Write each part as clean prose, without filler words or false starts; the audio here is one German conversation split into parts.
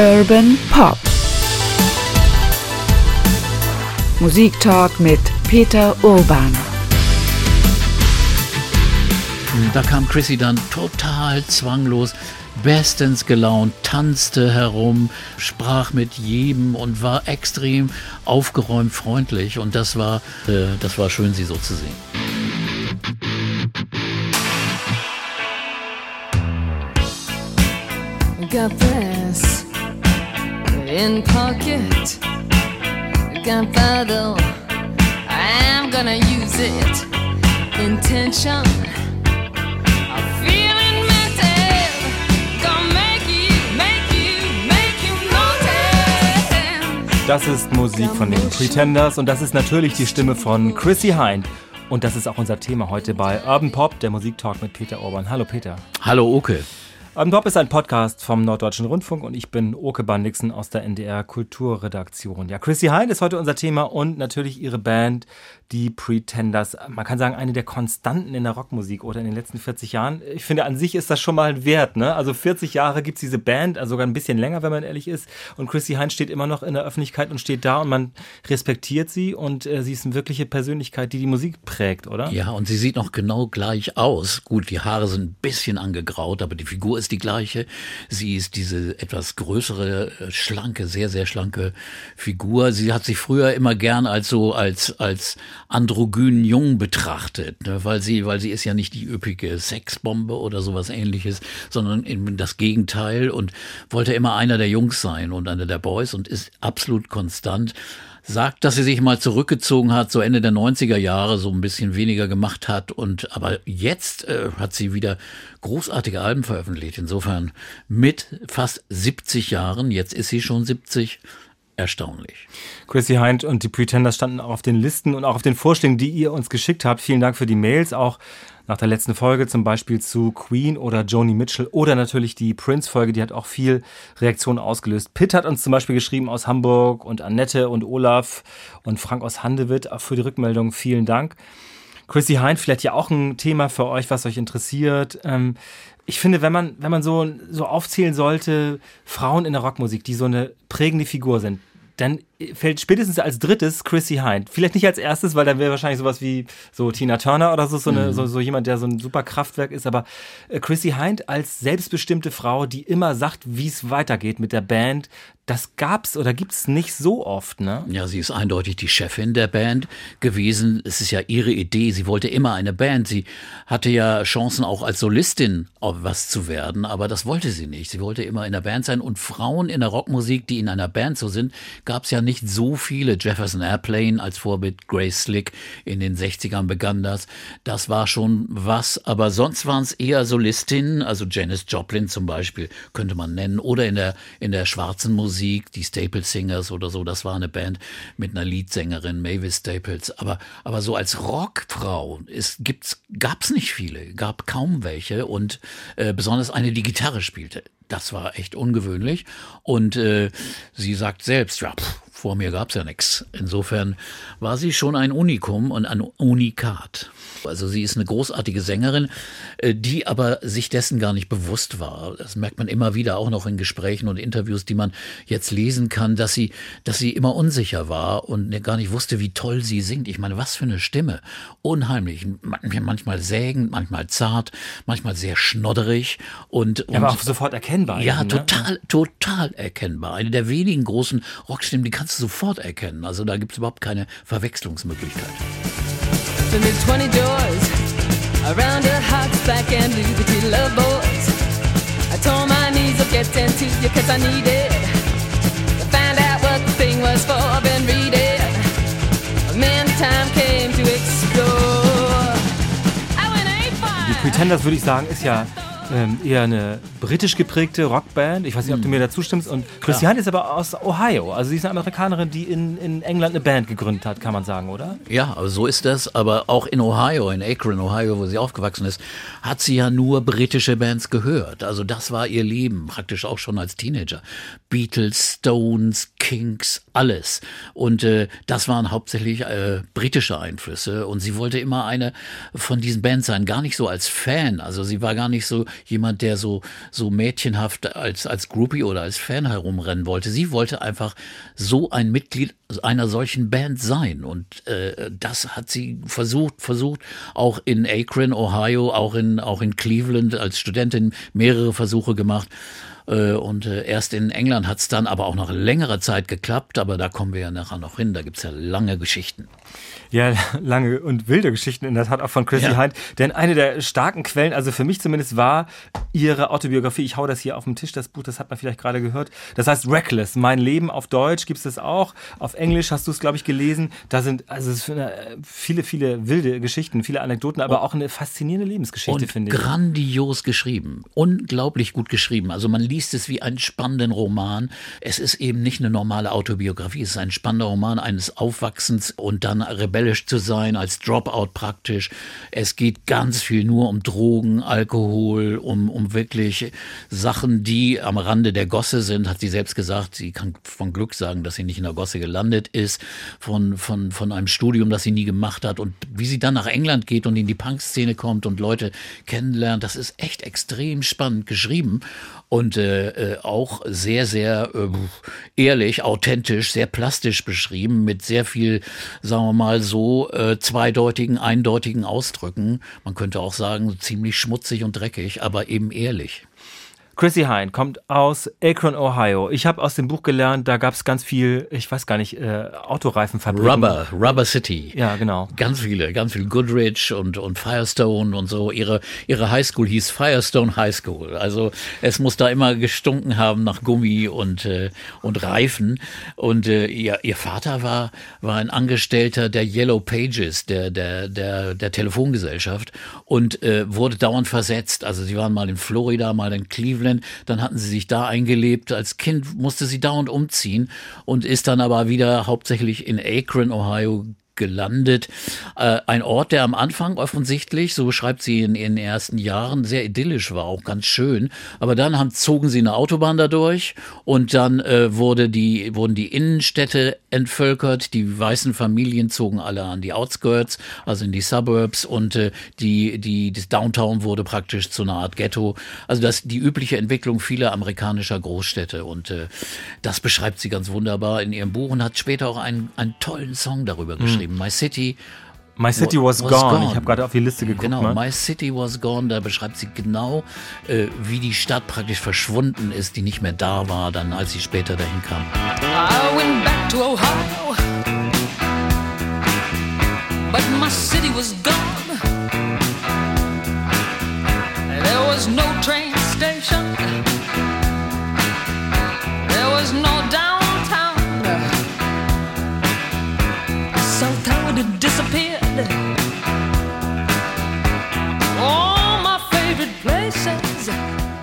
Urban Pop. Musiktalk mit Peter Urban. Da kam Chrissy dann total zwanglos, bestens gelaunt, tanzte herum, sprach mit jedem und war extrem aufgeräumt, freundlich. Und das war schön, sie so zu sehen. Got this in pocket, gunpowder, I'm gonna use it. Intention, I'm feeling mental, gonna make you notice. Das ist Musik von den Pretenders und das ist natürlich die Stimme von Chrissy Hynde. Und das ist auch unser Thema heute bei Urban Pop, der Musiktalk mit Peter Urban. Hallo Peter. Hallo Oke. Urban Pop ist ein Podcast vom Norddeutschen Rundfunk und ich bin Oke Bandixen aus der NDR Kulturredaktion. Ja, Chrissy Hynde ist heute unser Thema und natürlich ihre Band, die Pretenders. Man kann sagen, eine der Konstanten in der Rockmusik oder in den letzten 40 Jahren. Ich finde, an sich ist das schon mal ein Wert, ne? Also 40 Jahre gibt es diese Band, also sogar ein bisschen länger, wenn man ehrlich ist. Und Chrissy Hynde steht immer noch in der Öffentlichkeit und steht da und man respektiert sie und sie ist eine wirkliche Persönlichkeit, die die Musik prägt, oder? Ja, und sie sieht noch genau gleich aus. Gut, die Haare sind ein bisschen angegraut, aber die Figur ist die gleiche. Sie ist diese etwas größere, schlanke, sehr, sehr schlanke Figur. Sie hat sich früher immer gern als androgynen Jungen betrachtet, ne? weil sie ist ja nicht die üppige Sexbombe oder sowas Ähnliches, sondern eben das Gegenteil und wollte immer einer der Jungs sein und einer der Boys und ist absolut konstant. Sagt, dass sie sich mal zurückgezogen hat, so Ende der 90er Jahre, so ein bisschen weniger gemacht hat aber jetzt hat sie wieder großartige Alben veröffentlicht. Insofern mit fast 70 Jahren, jetzt ist sie schon 70, erstaunlich. Chrissy Hynde und die Pretenders standen auch auf den Listen und auch auf den Vorschlägen, die ihr uns geschickt habt. Vielen Dank für die Mails, auch nach der letzten Folge zum Beispiel zu Queen oder Joni Mitchell oder natürlich die Prince-Folge, die hat auch viel Reaktion ausgelöst. Pitt hat uns zum Beispiel geschrieben aus Hamburg und Annette und Olaf und Frank aus Handewitt. Auch für die Rückmeldung vielen Dank. Chrissy Hynde, vielleicht ja auch ein Thema für euch, was euch interessiert. Ich finde, wenn man so aufzählen sollte, Frauen in der Rockmusik, die so eine prägende Figur sind, dann fällt spätestens als drittes Chrissy Hynde. Vielleicht nicht als erstes, weil dann wäre wahrscheinlich sowas wie so Tina Turner oder so jemand, der so ein super Kraftwerk ist. Aber Chrissy Hynde als selbstbestimmte Frau, die immer sagt, wie es weitergeht mit der Band, das gab's oder gibt's nicht so oft, ne? Ja, sie ist eindeutig die Chefin der Band gewesen. Es ist ja ihre Idee. Sie wollte immer eine Band. Sie hatte ja Chancen auch als Solistin was zu werden, aber das wollte sie nicht. Sie wollte immer in der Band sein und Frauen in der Rockmusik, die in einer Band so sind, gab's ja nicht so viele. Jefferson Airplane als Vorbild, Grace Slick in den 60ern begann das. Das war schon was, aber sonst waren es eher Solistinnen, also Janis Joplin zum Beispiel könnte man nennen oder in der schwarzen Musik, die Staples Singers oder so, das war eine Band mit einer Leadsängerin, Mavis Staples, aber so als Rockfrau gab's nicht viele, gab kaum welche und besonders eine, die Gitarre spielte. Das war echt ungewöhnlich und sie sagt selbst, ja, vor mir gab's ja nichts. Insofern war sie schon ein Unikum und ein Unikat. Also sie ist eine großartige Sängerin, die aber sich dessen gar nicht bewusst war. Das merkt man immer wieder, auch noch in Gesprächen und Interviews, die man jetzt lesen kann, dass sie immer unsicher war und gar nicht wusste, wie toll sie singt. Ich meine, was für eine Stimme. Unheimlich. Manchmal sägend, manchmal zart, manchmal sehr schnodderig. Und aber auch sofort erkennbar. Ja, total erkennbar. Eine der wenigen großen Rockstimmen, die kannst du sofort erkennen. Also da gibt es überhaupt keine Verwechslungsmöglichkeit. To the 20 doors around her heart's black and blue, the two love boys. I tore my knees up getting to you 'cause I needed to find out what the thing was for. Been reading, and then time came to explore. I went Die Pretenders, würde ich sagen, ist ja eher eine britisch geprägte Rockband. Ich weiß nicht, ob du mir dazu stimmst. Und Chrissy Hynde ist aber aus Ohio. Also sie ist eine Amerikanerin, die in England eine Band gegründet hat, kann man sagen, oder? Ja, also so ist das. Aber auch in Ohio, in Akron, Ohio, wo sie aufgewachsen ist, hat sie ja nur britische Bands gehört. Also das war ihr Leben, praktisch auch schon als Teenager. Beatles, Stones, Kinks, alles. Und das waren hauptsächlich britische Einflüsse. Und sie wollte immer eine von diesen Bands sein, gar nicht so als Fan. Also sie war gar nicht so jemand, der so mädchenhaft als Groupie oder als Fan herumrennen wollte. Sie wollte einfach so ein Mitglied einer solchen Band sein. Und das hat sie versucht, auch in Akron, Ohio, auch in Cleveland als Studentin mehrere Versuche gemacht. Und erst in England hat es dann aber auch nach längerer Zeit geklappt, aber da kommen wir ja nachher noch hin, da gibt es ja lange Geschichten. Ja, lange und wilde Geschichten in der Tat auch von Chrissie Hynde. Denn eine der starken Quellen, also für mich zumindest, war ihre Autobiografie. Ich hau das hier auf den Tisch, das Buch, das hat man vielleicht gerade gehört. Das heißt Reckless, mein Leben auf Deutsch gibt es das auch. Auf Englisch hast du es, glaube ich, gelesen. Da sind viele, viele wilde Geschichten, viele Anekdoten, aber auch eine faszinierende Lebensgeschichte, finde ich. Und grandios geschrieben, unglaublich gut geschrieben. Also man liest es wie einen spannenden Roman. Es ist eben nicht eine normale Autobiografie, es ist ein spannender Roman eines Aufwachsens und dann rebellisch zu sein, als Dropout praktisch. Es geht ganz viel nur um Drogen, Alkohol, um wirklich Sachen, die am Rande der Gosse sind, hat sie selbst gesagt. Sie kann von Glück sagen, dass sie nicht in der Gosse gelandet ist, von einem Studium, das sie nie gemacht hat und wie sie dann nach England geht und in die Punk-Szene kommt und Leute kennenlernt. Das ist echt extrem spannend geschrieben und auch sehr, sehr ehrlich, authentisch, sehr plastisch beschrieben, mit sehr viel, sagen wir mal, so zweideutigen, eindeutigen Ausdrücken. Man könnte auch sagen, ziemlich schmutzig und dreckig, aber eben ehrlich. Chrissie Hynde kommt aus Akron, Ohio. Ich habe aus dem Buch gelernt, da gab es ganz viel, ich weiß gar nicht, Autoreifenfabriken. Rubber City. Ja, genau. Ganz viel Goodrich und Firestone und so. Ihre Highschool hieß Firestone High School. Also es muss da immer gestunken haben nach Gummi und Reifen. Und ihr Vater war ein Angestellter der Yellow Pages, der Telefongesellschaft und wurde dauernd versetzt. Also sie waren mal in Florida, mal in Cleveland. Dann hatten sie sich da eingelebt. Als Kind musste sie dauernd umziehen und ist dann aber wieder hauptsächlich in Akron, Ohio gelandet. Ein Ort, der am Anfang offensichtlich, so beschreibt sie in ihren ersten Jahren, sehr idyllisch war, auch ganz schön. Aber dann zogen sie eine Autobahn dadurch und dann wurden die Innenstädte entvölkert. Die weißen Familien zogen alle an die Outskirts, also in die Suburbs und das Downtown wurde praktisch zu einer Art Ghetto. Also das die übliche Entwicklung vieler amerikanischer Großstädte und das beschreibt sie ganz wunderbar in ihrem Buch und hat später auch einen tollen Song darüber geschrieben. My City was gone. Ich habe gerade auf die Liste geguckt. Genau, My City was gone. Da beschreibt sie genau, wie die Stadt praktisch verschwunden ist, die nicht mehr da war, dann als sie später dahin kam. I went back to Ohio, but my city was gone. There was no train station. There was no downtown. South Tower had disappeared. All my favorite places.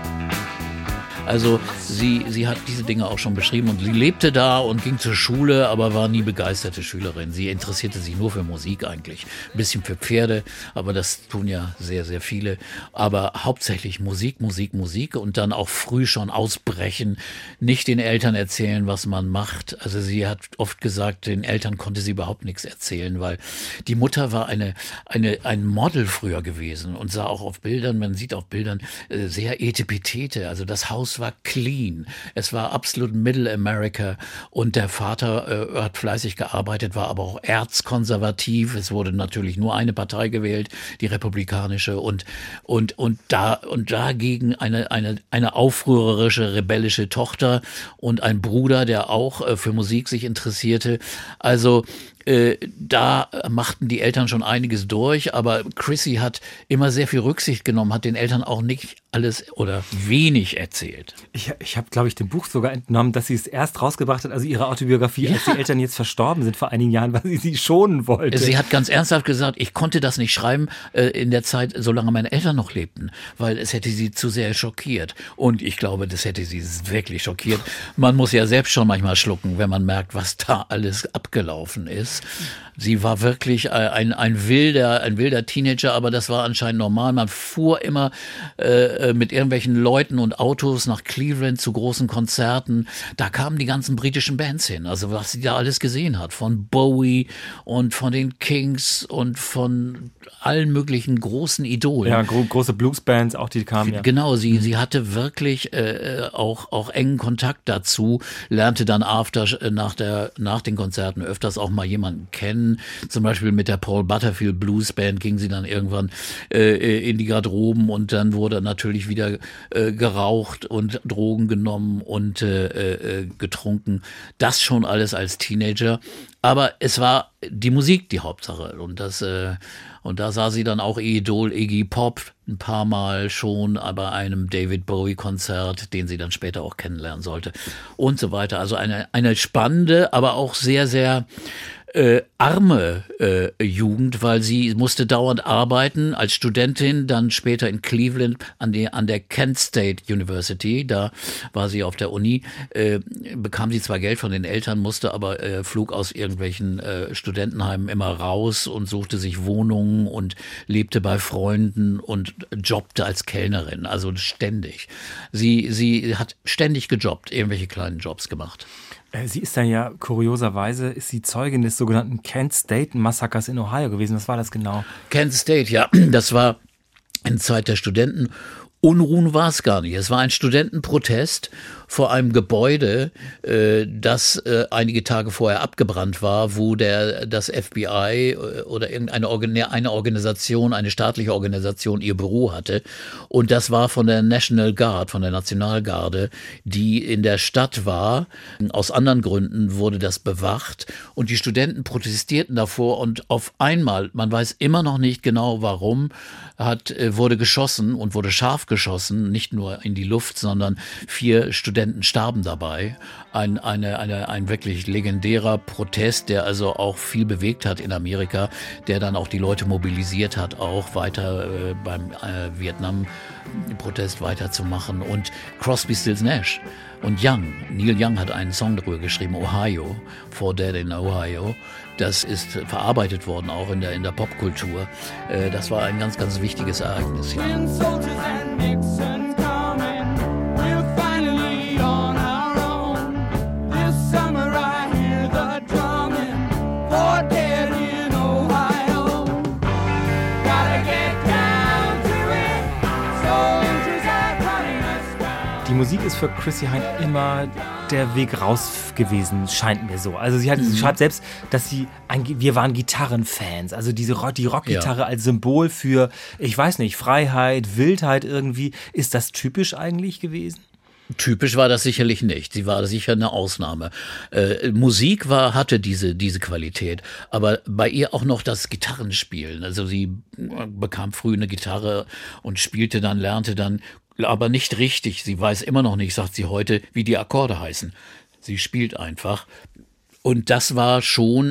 Also sie hat diese Dinge auch schon beschrieben und sie lebte da und ging zur Schule, aber war nie begeisterte Schülerin. Sie interessierte sich nur für Musik eigentlich, ein bisschen für Pferde, aber das tun ja sehr, sehr viele. Aber hauptsächlich Musik und dann auch früh schon ausbrechen, nicht den Eltern erzählen, was man macht. Also sie hat oft gesagt, den Eltern konnte sie überhaupt nichts erzählen, weil die Mutter war ein Model früher gewesen und sah auch auf Bildern, man sieht auf Bildern sehr etepetete, also das Haus war clean. Es war absolut Middle America und der Vater hat fleißig gearbeitet, war aber auch erzkonservativ. Es wurde natürlich nur eine Partei gewählt, die republikanische und dagegen eine aufrührerische, rebellische Tochter und ein Bruder, der auch für Musik sich interessierte. Also da machten die Eltern schon einiges durch, aber Chrissie hat immer sehr viel Rücksicht genommen, hat den Eltern auch nicht alles oder wenig erzählt. Ich habe, glaube ich, dem Buch sogar entnommen, dass sie es erst rausgebracht hat, also ihre Autobiografie, als die Eltern jetzt verstorben sind vor einigen Jahren, weil sie schonen wollte. Sie hat ganz ernsthaft gesagt, ich konnte das nicht schreiben in der Zeit, solange meine Eltern noch lebten, weil es hätte sie zu sehr schockiert. Und ich glaube, das hätte sie wirklich schockiert. Man muss ja selbst schon manchmal schlucken, wenn man merkt, was da alles abgelaufen ist. aus. Sie war wirklich ein wilder Teenager, aber das war anscheinend normal. Man fuhr immer mit irgendwelchen Leuten und Autos nach Cleveland zu großen Konzerten. Da kamen die ganzen britischen Bands hin. Also was sie da alles gesehen hat. Von Bowie und von den Kings und von allen möglichen großen Idolen. Ja, große Bluesbands, auch die kamen. Ja. Genau, sie hatte wirklich auch engen Kontakt dazu, lernte dann nach den Konzerten öfters auch mal jemanden kennen. Zum Beispiel mit der Paul Butterfield Blues Band ging sie dann irgendwann in die Garderoben und dann wurde natürlich wieder geraucht und Drogen genommen und getrunken. Das schon alles als Teenager. Aber es war die Musik die Hauptsache und da sah sie dann auch ihr Idol Iggy Pop ein paar Mal schon bei einem David Bowie Konzert, den sie dann später auch kennenlernen sollte und so weiter. Also eine spannende, aber auch sehr, sehr arme Jugend, weil sie musste dauernd arbeiten als Studentin, dann später in Cleveland an der Kent State University, da war sie auf der Uni, bekam sie zwar Geld von den Eltern, musste aber flog aus irgendwelchen Studentenheimen immer raus und suchte sich Wohnungen und lebte bei Freunden und jobbte als Kellnerin, also ständig. Sie hat ständig gejobbt, irgendwelche kleinen Jobs gemacht. Sie ist dann ja, kurioserweise, ist sie Zeugin des sogenannten Kent State Massakers in Ohio gewesen. Was war das genau? Kent State, ja, das war in Zeit der Studenten. Unruhen war es gar nicht. Es war ein Studentenprotest vor einem Gebäude, das einige Tage vorher abgebrannt war, wo das FBI oder irgendeine Organisation, eine staatliche Organisation ihr Büro hatte. Und das war von der National Guard, von der Nationalgarde, die in der Stadt war. Aus anderen Gründen wurde das bewacht und die Studenten protestierten davor und auf einmal, man weiß immer noch nicht genau warum, wurde geschossen und wurde scharf geschossen, nicht nur in die Luft, sondern 4 Studenten starben dabei. Ein wirklich legendärer Protest, der also auch viel bewegt hat in Amerika, der dann auch die Leute mobilisiert hat, auch weiter beim Vietnam-Protest weiterzumachen. Und Crosby, Stills, Nash und Neil Young hat einen Song darüber geschrieben, Ohio, For Dead in Ohio. Das ist verarbeitet worden, auch in der Popkultur. Das war ein ganz, ganz wichtiges Ereignis. Ja. Die Musik ist für Chrissie Hynde immer der Weg raus gewesen, scheint mir so. Also sie schreibt selbst, dass wir waren Gitarrenfans. Also die Rockgitarre als Symbol für, ich weiß nicht, Freiheit, Wildheit irgendwie. Ist das typisch eigentlich gewesen? Typisch war das sicherlich nicht. Sie war sicher eine Ausnahme. Musik hatte diese Qualität, aber bei ihr auch noch das Gitarrenspielen. Also sie bekam früh eine Gitarre und lernte dann, aber nicht richtig. Sie weiß immer noch nicht, sagt sie heute, wie die Akkorde heißen. Sie spielt einfach. Und das war schon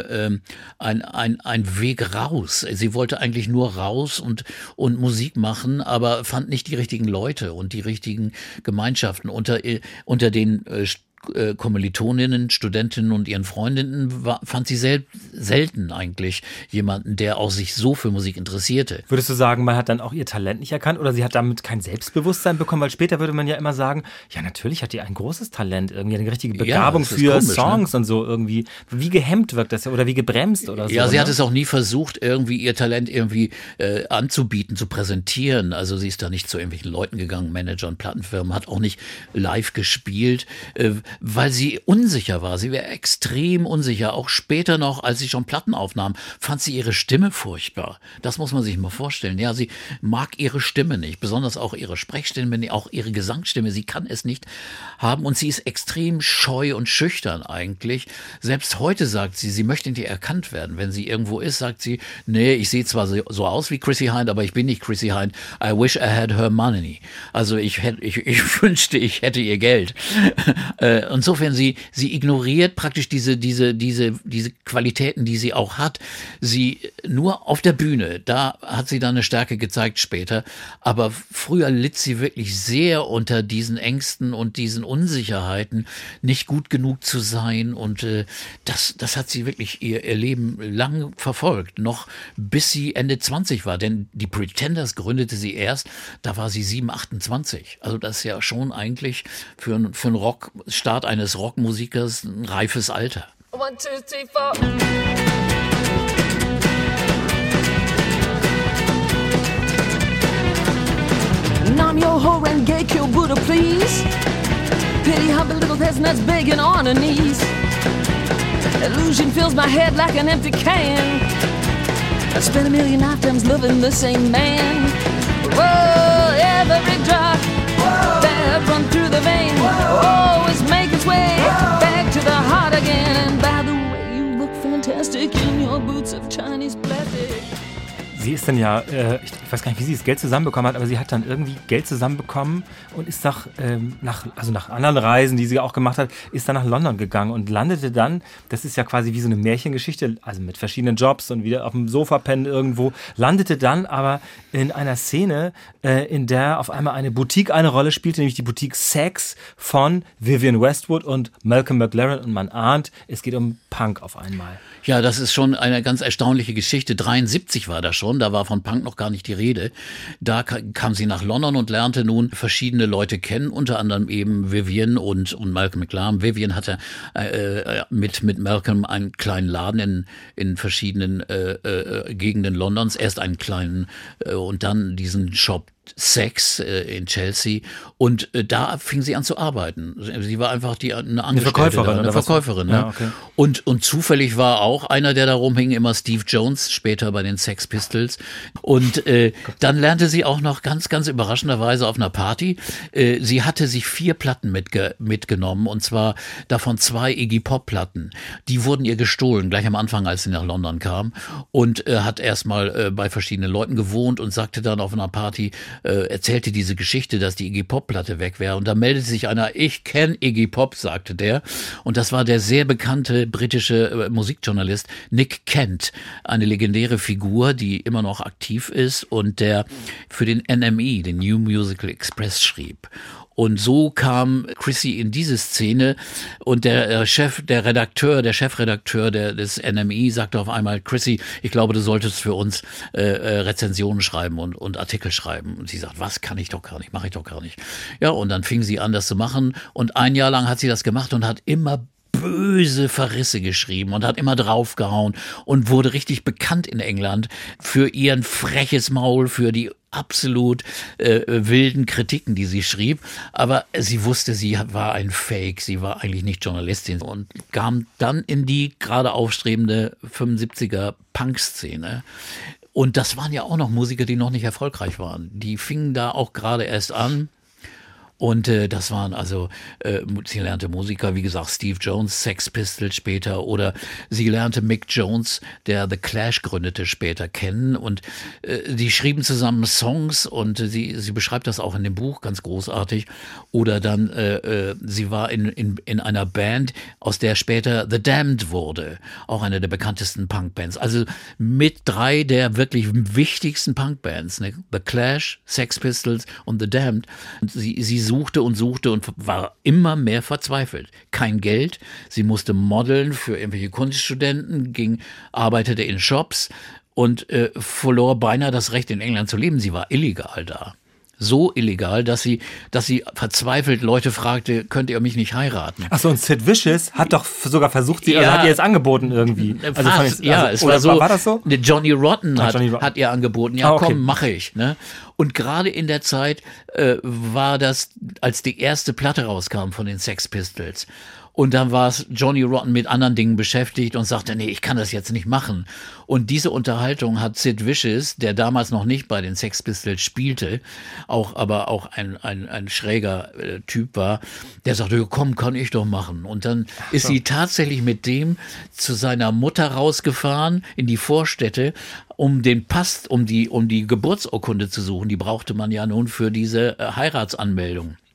ein Weg raus. Sie wollte eigentlich nur raus und Musik machen, aber fand nicht die richtigen Leute und die richtigen Gemeinschaften. Unter den Kommilitoninnen, Studentinnen und ihren Freundinnen fand sie selten eigentlich jemanden, der auch sich so für Musik interessierte. Würdest du sagen, man hat dann auch ihr Talent nicht erkannt oder sie hat damit kein Selbstbewusstsein bekommen? Weil später würde man ja immer sagen, ja natürlich hat die ein großes Talent, irgendwie eine richtige Begabung für komisch, Songs, ne? Und so irgendwie. Wie gehemmt wirkt das oder wie gebremst oder so? Ja, sie hat es auch nie versucht, irgendwie ihr Talent irgendwie anzubieten, zu präsentieren. Also sie ist da nicht zu irgendwelchen Leuten gegangen, Managern, Plattenfirmen, hat auch nicht live gespielt, weil sie unsicher war. Sie wäre extrem unsicher. Auch später noch, als sie schon Platten aufnahm, fand sie ihre Stimme furchtbar. Das muss man sich mal vorstellen. Ja, sie mag ihre Stimme nicht, besonders auch ihre Sprechstimme, auch ihre Gesangsstimme. Sie kann es nicht haben und sie ist extrem scheu und schüchtern eigentlich. Selbst heute sagt sie möchte nicht erkannt werden. Wenn sie irgendwo ist, sagt sie, nee, ich sehe zwar so aus wie Chrissie Hynde, aber ich bin nicht Chrissie Hynde. I wish I had her money. Also ich wünschte, ich hätte ihr Geld. Insofern, sie ignoriert praktisch diese Qualitäten, die sie auch hat. Sie nur auf der Bühne, da hat sie dann eine Stärke gezeigt später. Aber früher litt sie wirklich sehr unter diesen Ängsten und diesen Unsicherheiten, nicht gut genug zu sein. Und das hat sie wirklich ihr Leben lang verfolgt, noch bis sie Ende 20 war. Denn die Pretenders gründete sie erst, da war sie 7, 28. Also das ist ja schon eigentlich für einen Start eines Rockmusikers ein reifes Alter. 1, 2, 3, 4. Nam yo ho and gay kill Buddha, please. Pity how the little peasant's begging on her knees. Illusion fills my head like an empty can. I spent 1,000,000 lifetimes loving the same man. Whoa, every drop that run through the vein, oh, it's making its way back to the heart again. And by the way, you look fantastic in your boots of Chinese plastic. Sie ist dann ja, ich weiß gar nicht, wie sie das Geld zusammenbekommen hat, aber sie hat dann irgendwie Geld zusammenbekommen und ist nach anderen Reisen, die sie auch gemacht hat, ist dann nach London gegangen und landete dann, das ist ja quasi wie so eine Märchengeschichte, also mit verschiedenen Jobs und wieder auf dem Sofa pennen irgendwo, landete dann aber in einer Szene, in der auf einmal eine Boutique eine Rolle spielte, nämlich die Boutique Sex von Vivienne Westwood und Malcolm McLaren, und man ahnt, es geht um Punk auf einmal. Ja, das ist schon eine ganz erstaunliche Geschichte. 73 war das schon, da war von Punk noch gar nicht die Rede. Da kam sie nach London und lernte nun verschiedene Leute kennen, unter anderem eben Vivienne und Malcolm McLaren. Vivienne hatte mit Malcolm einen kleinen Laden in verschiedenen Gegenden Londons. Erst einen kleinen und dann diesen Shop Sex in Chelsea, und da fing sie an zu arbeiten. Sie war einfach eine Angestellte, eine Verkäuferin. Ja, okay. Und zufällig war auch einer, der da rumhing, immer Steve Jones, später bei den Sex Pistols. Und dann lernte sie auch noch ganz, ganz überraschenderweise auf einer Party. Sie hatte sich 4 Platten mitgenommen, und zwar davon 2 Iggy Pop Platten. Die wurden ihr gestohlen, gleich am Anfang, als sie nach London kam, und hat erstmal bei verschiedenen Leuten gewohnt und sagte dann auf einer Party, erzählte diese Geschichte, dass die Iggy Pop Platte weg wäre, und da meldete sich einer, ich kenne Iggy Pop, sagte der, und das war der sehr bekannte britische Musikjournalist Nick Kent, eine legendäre Figur, die immer noch aktiv ist und der für den NME, den New Musical Express, schrieb. Und so kam Chrissy in diese Szene, und der Chefredakteur des NME sagte auf einmal, Chrissy, ich glaube, du solltest für uns Rezensionen schreiben und Artikel schreiben. Und sie sagt, was, kann ich doch gar nicht, mache ich doch gar nicht. Ja, und dann fing sie an, das zu machen, und 1 Jahr lang hat sie das gemacht und hat immer böse Verrisse geschrieben und hat immer draufgehauen und wurde richtig bekannt in England für ihren freches Maul, für die absolut wilden Kritiken, die sie schrieb. Aber sie wusste, sie war ein Fake, sie war eigentlich nicht Journalistin, und kam dann in die gerade aufstrebende 75er Punk-Szene. Und das waren ja auch noch Musiker, die noch nicht erfolgreich waren. Die fingen da auch gerade erst an. Und das waren also, sie lernte Musiker, wie gesagt, Steve Jones, Sex Pistols später, oder sie lernte Mick Jones, der The Clash gründete, später kennen, und die schrieben zusammen Songs, und sie beschreibt das auch in dem Buch ganz großartig. Oder dann, sie war in einer Band, aus der später The Damned wurde, auch eine der bekanntesten Punkbands. Also mit 3 der wirklich wichtigsten Punkbands, ne? The Clash, Sex Pistols und The Damned. Und sie suchte und war immer mehr verzweifelt. Kein Geld, sie musste modeln für irgendwelche Kunststudenten, arbeitete in Shops und verlor beinahe das Recht, in England zu leben. Sie war illegal da. So illegal, dass sie verzweifelt Leute fragte, könnt ihr mich nicht heiraten? Achso, und Sid Vicious hat doch sogar versucht, also hat ihr es angeboten irgendwie. Es war so. War das so? Johnny Rotten hat ihr angeboten, ja, okay, komm, mache ich. Ne? Und gerade in der Zeit war das, als die erste Platte rauskam von den Sex Pistols. Und dann war es Johnny Rotten mit anderen Dingen beschäftigt und sagte, nee, ich kann das jetzt nicht machen. Und diese Unterhaltung hat Sid Vicious, der damals noch nicht bei den Sex Pistols spielte, aber auch ein schräger Typ war, der sagte, komm, kann ich doch machen. Und dann ist sie tatsächlich mit dem zu seiner Mutter rausgefahren in die Vorstädte, um den Pass, um die Geburtsurkunde zu suchen. Die brauchte man ja nun für diese Heiratsanmeldung.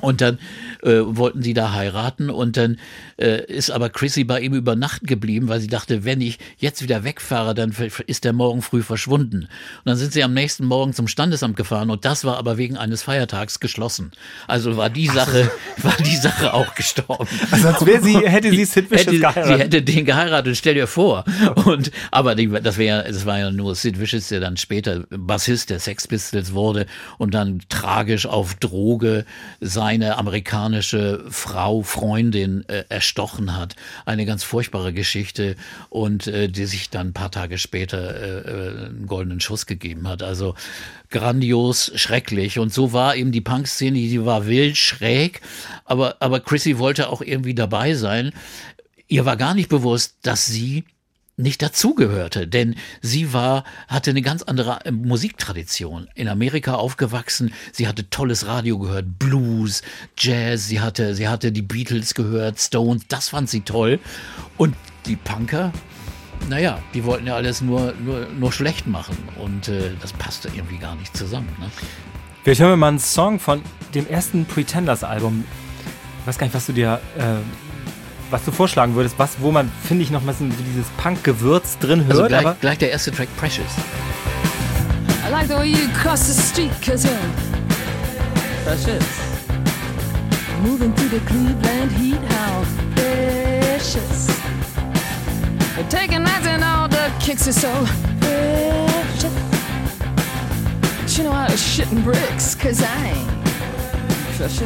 Und dann wollten sie da heiraten und dann ist aber Chrissy bei ihm über Nacht geblieben, weil sie dachte, wenn ich jetzt wieder wegfahre, dann ist der morgen früh verschwunden. Und dann sind sie am nächsten Morgen zum Standesamt gefahren und das war aber wegen eines Feiertags geschlossen. Also war die Sache auch gestorben. Also sonst hätte sie Sid Vicious geheiratet. Sie hätte den geheiratet, stell dir vor. Aber das war ja nur Sid Vicious, der dann später Bassist der Sex Pistols wurde und dann tragisch auf Droge seine amerikanische Freundin erstochen hat. Eine ganz furchtbare Geschichte und die sich dann ein paar Tage später einen goldenen Schuss gegeben hat. Also grandios, schrecklich. Und so war eben die Punk-Szene, die war wild, schräg, aber Chrissy wollte auch irgendwie dabei sein. Ihr war gar nicht bewusst, dass sie nicht dazugehörte, denn sie hatte eine ganz andere Musiktradition. In Amerika aufgewachsen, sie hatte tolles Radio gehört, Blues, Jazz, sie hatte die Beatles gehört, Stones, das fand sie toll. Und die Punker, naja, die wollten ja alles nur schlecht machen und das passte irgendwie gar nicht zusammen. Ne? Vielleicht hören wir mal einen Song von dem ersten Pretenders-Album. Ich weiß gar nicht, was du vorschlagen würdest, wo man, finde ich, noch mal so dieses Punk-Gewürz drin hört. Also gleich der erste Track, Precious. I like the way you cross the street, 'cause you're precious. Moving through the Cleveland heat, how precious. You're taking nights and all the kicks are so precious. But you know how to shit in bricks, 'cause I ain't precious.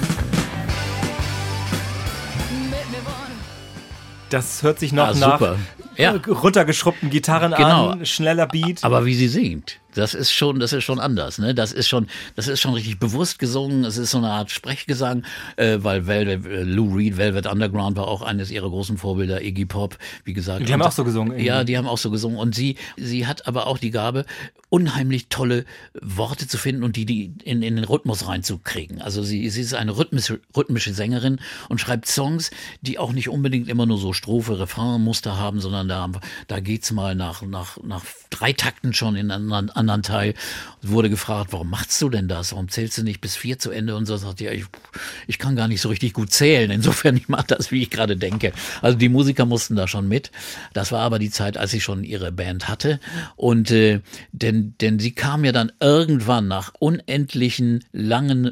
Das hört sich noch nach runtergeschrubbten Gitarren an, schneller Beat. Aber wie sie singt, das ist schon anders, ne? Das ist schon richtig bewusst gesungen. Es ist so eine Art Sprechgesang, weil Lou Reed, Velvet Underground war auch eines ihrer großen Vorbilder, Iggy Pop, wie gesagt. Die haben auch so gesungen. Irgendwie. Ja, die haben auch so gesungen. Und sie hat aber auch die Gabe, unheimlich tolle Worte zu finden und die in den Rhythmus reinzukriegen. Also sie ist eine rhythmische Sängerin und schreibt Songs, die auch nicht unbedingt immer nur so Strophe, Refrain, Muster haben, sondern da geht's mal nach 3 Takten schon in einen anderen Teil. Wurde gefragt, warum machst du denn das? Warum zählst du nicht bis 4 zu Ende? Und so sagt ja, ich kann gar nicht so richtig gut zählen. Insofern, ich mache das, wie ich gerade denke. Also die Musiker mussten da schon mit. Das war aber die Zeit, als sie schon ihre Band hatte. Und denn sie kam ja dann irgendwann nach unendlichen langen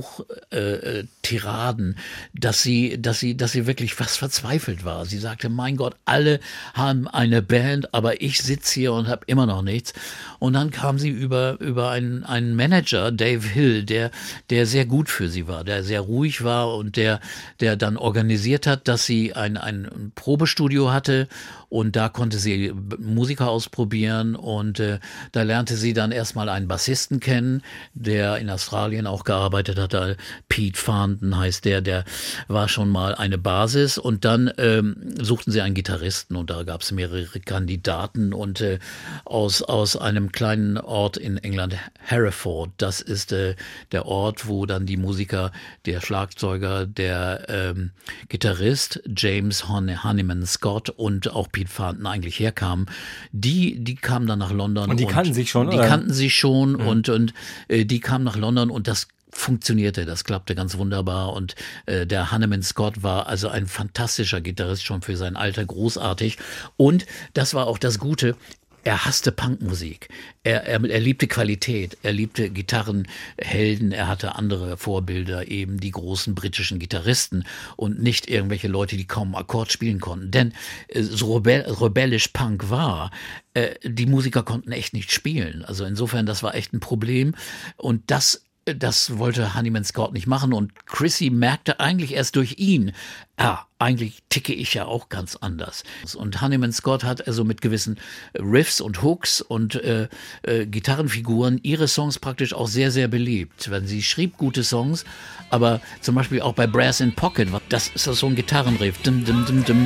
Suchtiraden, dass sie wirklich fast verzweifelt war. Sie sagte, mein Gott, alle haben eine Band, aber ich sitze hier und habe immer noch nichts. Und dann kam sie über einen Manager, Dave Hill, der sehr gut für sie war, der sehr ruhig war und der dann organisiert hat, dass sie ein Probestudio hatte und da konnte sie Musiker ausprobieren und da lernte sie dann erstmal einen Bassisten kennen, der in Australien auch gearbeitet hat, Pete Farndon heißt der war schon mal eine Basis und dann suchten sie einen Gitarristen und da gab es mehrere Kandidaten und aus einem kleinen Ort in England, Hereford, das ist der Ort, wo dann die Musiker, der Schlagzeuger, der Gitarrist James Honeyman Scott und auch Pete Farndon eigentlich herkamen, die kamen dann nach London. Und die kannten sich schon, oder? Die kannten sich schon und die kamen nach London und das funktionierte, das klappte ganz wunderbar und der Honeyman Scott war also ein fantastischer Gitarrist, schon für sein Alter großartig und das war auch das Gute, er hasste Punkmusik. Er liebte Qualität, er liebte Gitarrenhelden, er hatte andere Vorbilder, eben die großen britischen Gitarristen und nicht irgendwelche Leute, die kaum Akkord spielen konnten. Denn so rebellisch Punk war, die Musiker konnten echt nicht spielen. Also insofern, das war echt ein Problem und das wollte Honeyman Scott nicht machen und Chrissy merkte eigentlich erst durch ihn, eigentlich ticke ich ja auch ganz anders. Und Honeyman Scott hat also mit gewissen Riffs und Hooks und Gitarrenfiguren ihre Songs praktisch auch sehr, sehr beliebt. Sie schrieb gute Songs, aber zum Beispiel auch bei Brass in Pocket, das ist so ein Gitarrenriff. Dim, dim, dim, dim.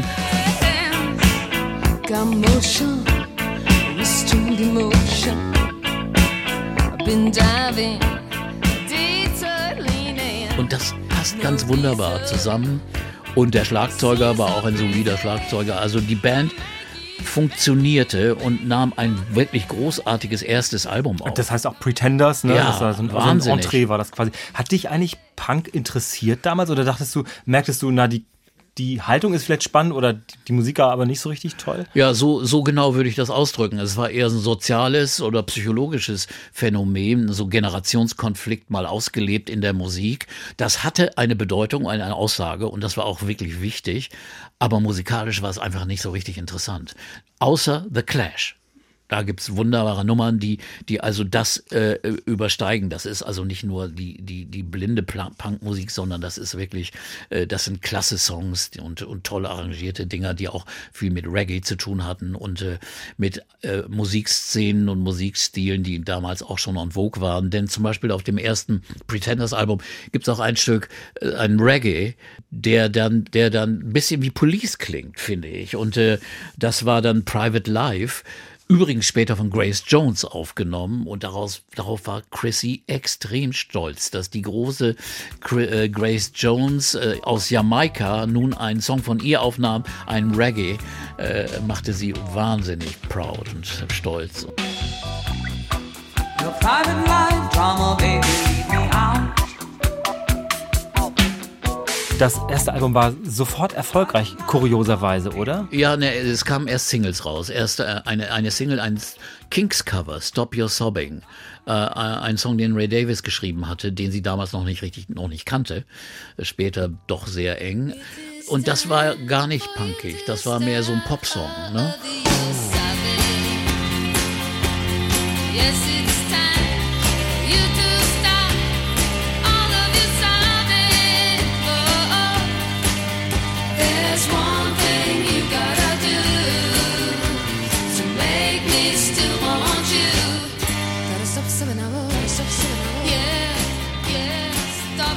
Motion, restrained emotion. I've been diving. Und das passt ganz wunderbar zusammen. Und der Schlagzeuger war auch ein solider Schlagzeuger. Also die Band funktionierte und nahm ein wirklich großartiges erstes Album auf. Das heißt auch Pretenders, ne? Ja, das war so ein Entree war das quasi. Hat dich eigentlich Punk interessiert damals oder merktest du, die Haltung ist vielleicht spannend oder die Musik aber nicht so richtig toll? Ja, so genau würde ich das ausdrücken. Es war eher so ein soziales oder psychologisches Phänomen, so Generationskonflikt mal ausgelebt in der Musik. Das hatte eine Bedeutung, eine Aussage und das war auch wirklich wichtig. Aber musikalisch war es einfach nicht so richtig interessant. Außer The Clash. Da gibt's wunderbare Nummern, die also das übersteigen. Das ist also nicht nur die blinde Punkmusik, sondern das ist wirklich, das sind klasse Songs und tolle arrangierte Dinger, die auch viel mit Reggae zu tun hatten und mit Musikszenen und Musikstilen, die damals auch schon en vogue waren. Denn zum Beispiel auf dem ersten Pretenders-Album gibt's auch ein Stück, ein Reggae, der dann ein bisschen wie Police klingt, finde ich. Und das war dann Private Life. Übrigens später von Grace Jones aufgenommen und darauf war Chrissy extrem stolz, dass die große Grace Jones aus Jamaika nun einen Song von ihr aufnahm, einen Reggae, machte sie wahnsinnig proud und stolz. Your private life drama, baby, leave me out. Das erste Album war sofort erfolgreich, kurioserweise, oder? Ja, es kamen erst Singles raus. Erst eine Single, ein Kinks-Cover, Stop Your Sobbing. Ein Song, den Ray Davies geschrieben hatte, den sie damals noch nicht kannte. Später doch sehr eng. Und das war gar nicht punkig, das war mehr so ein Popsong, ne? Yes, it's time you to stop all of your sobbing. Oh, there's one thing you gotta do to make me still want you. Gotta stop sobbing now, stop sobbing now. Yeah, stop.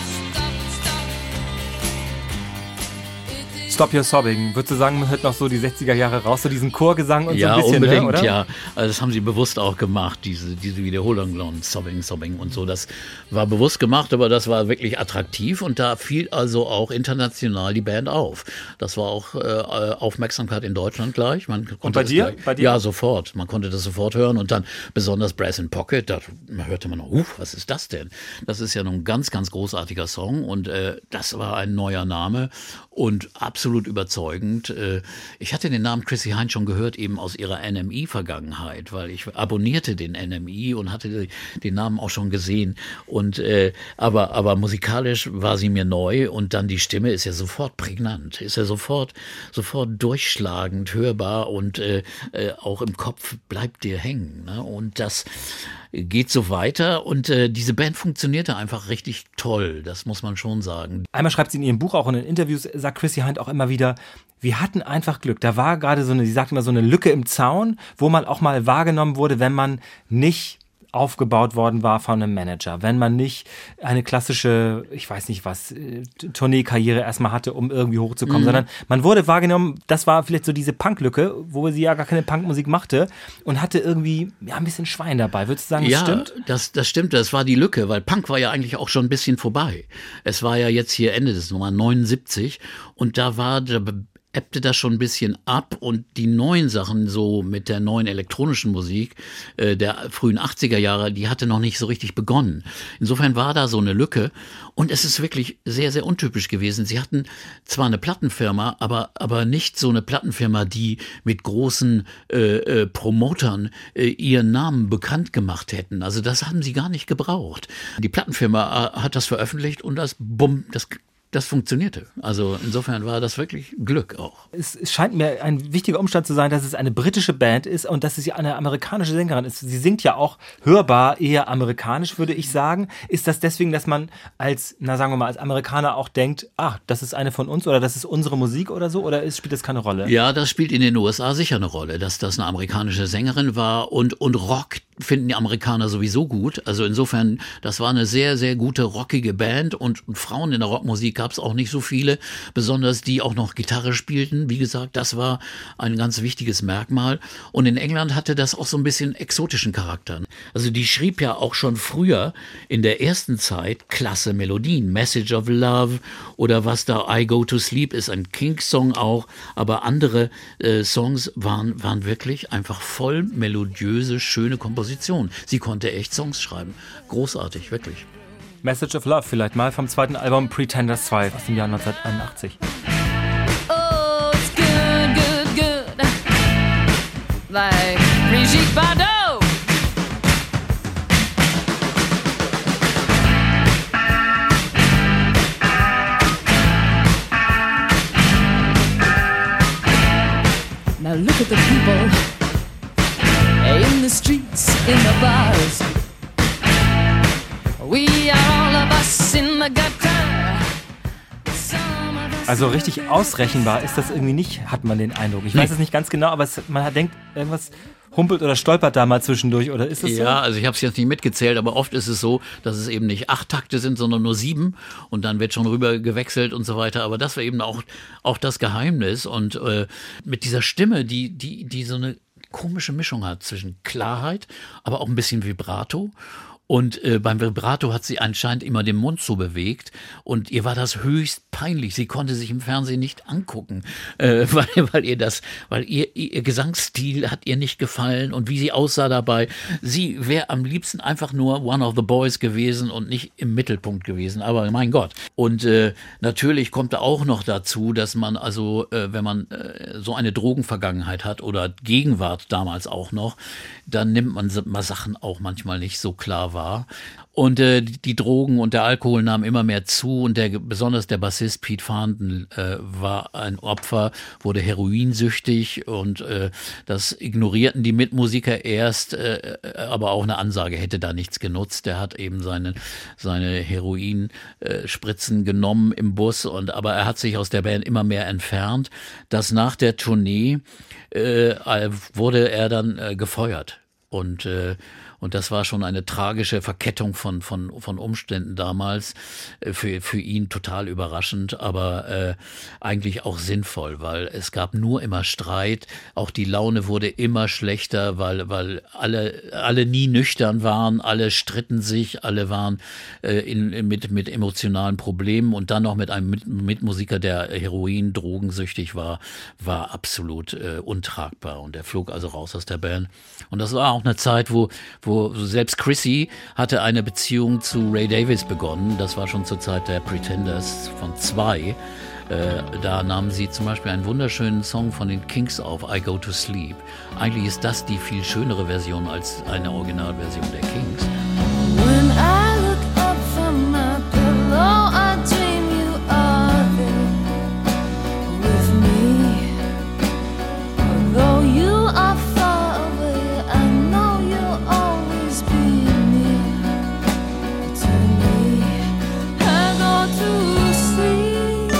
Stop Your Sobbing. Würdest du sagen, man hört noch so die 60er Jahre raus, so diesen Chorgesang und ja, so ein bisschen, unbedingt, ne, oder? Ja, also das haben sie bewusst auch gemacht, diese Wiederholung, Sobbing und so. Das war bewusst gemacht, aber das war wirklich attraktiv und da fiel also auch international die Band auf. Das war auch Aufmerksamkeit in Deutschland gleich. Man konnte und bei dir? Ja, sofort. Man konnte das sofort hören und dann besonders Brass in Pocket, da hörte man, was ist das denn? Das ist ja nun ein ganz, ganz großartiger Song und das war ein neuer Name und absolut überzeugend. Ich hatte den Namen Chrissie Hynde schon gehört, eben aus ihrer NME-Vergangenheit, weil ich abonnierte den NME und hatte den Namen auch schon gesehen. Und aber musikalisch war sie mir neu und dann die Stimme ist ja sofort prägnant, ist ja sofort durchschlagend, hörbar und auch im Kopf bleibt dir hängen. Ne? Und das geht so weiter und diese Band funktionierte einfach richtig toll, das muss man schon sagen. Einmal schreibt sie in ihrem Buch auch und in Interviews, sagt Chrissie Hynde auch immer wieder, wir hatten einfach Glück. Da war gerade sie sagt immer so eine Lücke im Zaun, wo man auch mal wahrgenommen wurde, wenn man nicht aufgebaut worden war von einem Manager, wenn man nicht eine klassische, ich weiß nicht was, Tourneekarriere erstmal hatte, um irgendwie hochzukommen, sondern man wurde wahrgenommen, das war vielleicht so diese Punklücke, wo sie ja gar keine Punkmusik machte und hatte irgendwie ein bisschen Schwein dabei. Würdest du sagen, das stimmt? Das stimmt, das war die Lücke, weil Punk war ja eigentlich auch schon ein bisschen vorbei. Es war ja jetzt hier Ende des Nummer 79 und da ebbte das schon ein bisschen ab und die neuen Sachen, so mit der neuen elektronischen Musik der frühen 80er Jahre, die hatte noch nicht so richtig begonnen. Insofern war da so eine Lücke und es ist wirklich sehr, sehr untypisch gewesen. Sie hatten zwar eine Plattenfirma, aber nicht so eine Plattenfirma, die mit großen Promotern ihren Namen bekannt gemacht hätten. Also das haben sie gar nicht gebraucht. Die Plattenfirma hat das veröffentlicht und das funktionierte. Also insofern war das wirklich Glück auch. Es scheint mir ein wichtiger Umstand zu sein, dass es eine britische Band ist und dass es ja eine amerikanische Sängerin ist. Sie singt ja auch hörbar eher amerikanisch, würde ich sagen. Ist das deswegen, dass man als Amerikaner auch denkt, das ist eine von uns oder das ist unsere Musik oder so? Oder spielt das keine Rolle? Ja, das spielt in den USA sicher eine Rolle, dass das eine amerikanische Sängerin war und Rock finden die Amerikaner sowieso gut. Also insofern, das war eine sehr, sehr gute rockige Band und Frauen in der Rockmusik gab es auch nicht so viele, besonders die auch noch Gitarre spielten. Wie gesagt, das war ein ganz wichtiges Merkmal. Und in England hatte das auch so ein bisschen exotischen Charakter. Also die schrieb ja auch schon früher in der ersten Zeit klasse Melodien. Message of Love oder was da I Go to Sleep ist, ein Kinks-Song auch. Aber andere Songs waren wirklich einfach voll melodiöse, schöne Kompositionen. Sie konnte echt Songs schreiben. Großartig, wirklich. Message of Love vielleicht mal vom zweiten Album Pretenders 2 aus dem Jahr 1981. Oh, it's good, good, good. Like Brigitte Bardot. Now look at the people in the streets, in the bars. We are all of us in the gutter. Also richtig ausrechenbar ist das irgendwie nicht, hat man den Eindruck. Ich weiß es nicht ganz genau, aber man denkt, irgendwas humpelt oder stolpert da mal zwischendurch, oder ist das so? Ja, also ich habe es jetzt nicht mitgezählt, aber oft ist es so, dass es eben nicht 8 Takte sind, sondern nur 7 und dann wird schon rüber gewechselt und so weiter. Aber das war eben auch das Geheimnis und mit dieser Stimme, die so eine komische Mischung hat zwischen Klarheit, aber auch ein bisschen Vibrato. Und beim Vibrato hat sie anscheinend immer den Mund so bewegt und ihr war das höchst peinlich. Sie konnte sich im Fernsehen nicht angucken, weil ihr Gesangsstil hat ihr nicht gefallen und wie sie aussah dabei. Sie wäre am liebsten einfach nur one of the boys gewesen und nicht im Mittelpunkt gewesen. Aber mein Gott. Und natürlich kommt da auch noch dazu, dass man also, wenn man so eine Drogenvergangenheit hat oder Gegenwart damals auch noch, dann nimmt man mal Sachen auch manchmal nicht so klar wahr. Und die Drogen und der Alkohol nahmen immer mehr zu und besonders der Bassist Pete Farndon war ein Opfer, wurde heroinsüchtig und das ignorierten die Mitmusiker erst, aber auch eine Ansage hätte da nichts genutzt. Der hat eben seine Heroinspritzen genommen im Bus aber er hat sich aus der Band immer mehr entfernt. Dass nach der Tournee wurde er dann gefeuert und das war schon eine tragische Verkettung von Umständen damals, für ihn total überraschend, aber eigentlich auch sinnvoll, weil es gab nur immer Streit, auch die Laune wurde immer schlechter, weil alle nie nüchtern waren, alle stritten sich, alle waren mit emotionalen Problemen und dann noch mit einem Mitmusiker, der Heroin, drogensüchtig war absolut untragbar und er flog also raus aus der Band. Und das war auch eine Zeit, wo selbst Chrissy hatte eine Beziehung zu Ray Davies begonnen. Das war schon zur Zeit der Pretenders von 2. Da nahmen sie zum Beispiel einen wunderschönen Song von den Kinks auf, I Go to Sleep. Eigentlich ist das die viel schönere Version als eine Originalversion der Kinks. When I look up from my pillow, I dream you are there with me. Although you are far away, I know you'll always be near to me. I go to sleep,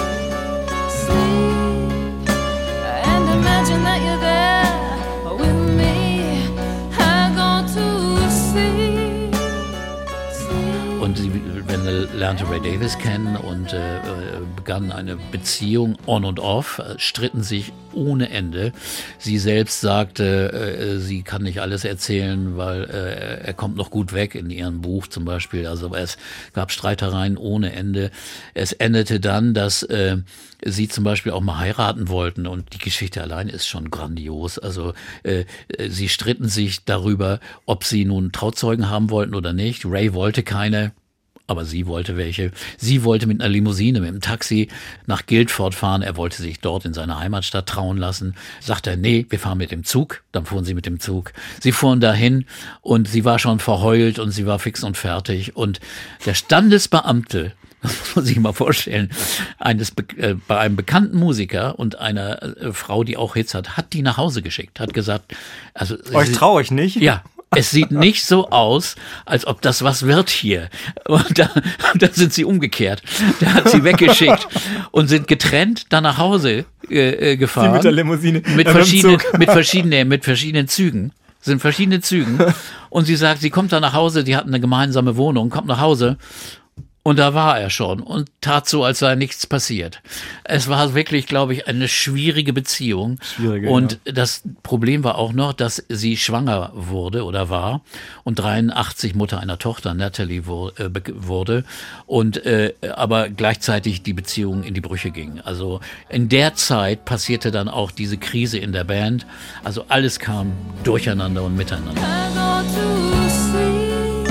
sleep, and imagine that you're there with me. I go to sleep, sleep. Und sie lernte Ray Davies kennen und begannen eine Beziehung on und off, stritten sich ohne Ende. Sie selbst sagte, sie kann nicht alles erzählen, weil er kommt noch gut weg in ihrem Buch zum Beispiel. Also es gab Streitereien ohne Ende. Es endete dann, dass sie zum Beispiel auch mal heiraten wollten und die Geschichte allein ist schon grandios. Also sie stritten sich darüber, ob sie nun Trauzeugen haben wollten oder nicht. Ray wollte keine. Aber sie wollte welche. Sie wollte mit einer Limousine, mit einem Taxi nach Guildford fahren. Er wollte sich dort in seiner Heimatstadt trauen lassen. Sagte er, nee, wir fahren mit dem Zug. Dann fuhren sie mit dem Zug. Sie fuhren dahin und sie war schon verheult und sie war fix und fertig. Und der Standesbeamte, das muss man sich mal vorstellen, bei einem bekannten Musiker und einer Frau, die auch Hits hat die nach Hause geschickt. Hat gesagt, also euch traue ich nicht. Ja. Es sieht nicht so aus, als ob das was wird hier. Und dann sind sie umgekehrt. Der hat sie weggeschickt und sind getrennt dann nach Hause gefahren. Sie mit der Limousine. Mit verschiedenen Zügen. Sind verschiedene Zügen. Und sie sagt, sie kommt dann nach Hause, die hatten eine gemeinsame Wohnung, kommt nach Hause Und da war er schon und tat so, als sei nichts passiert. Es war wirklich, glaube ich, eine schwierige Beziehung. Und das Problem war auch noch, dass sie schwanger wurde oder war und 83 Mutter einer Tochter, Natalie, wurde und aber gleichzeitig die Beziehung in die Brüche ging. Also in der Zeit passierte dann auch diese Krise in der Band. Also alles kam durcheinander und miteinander. I go to sleep,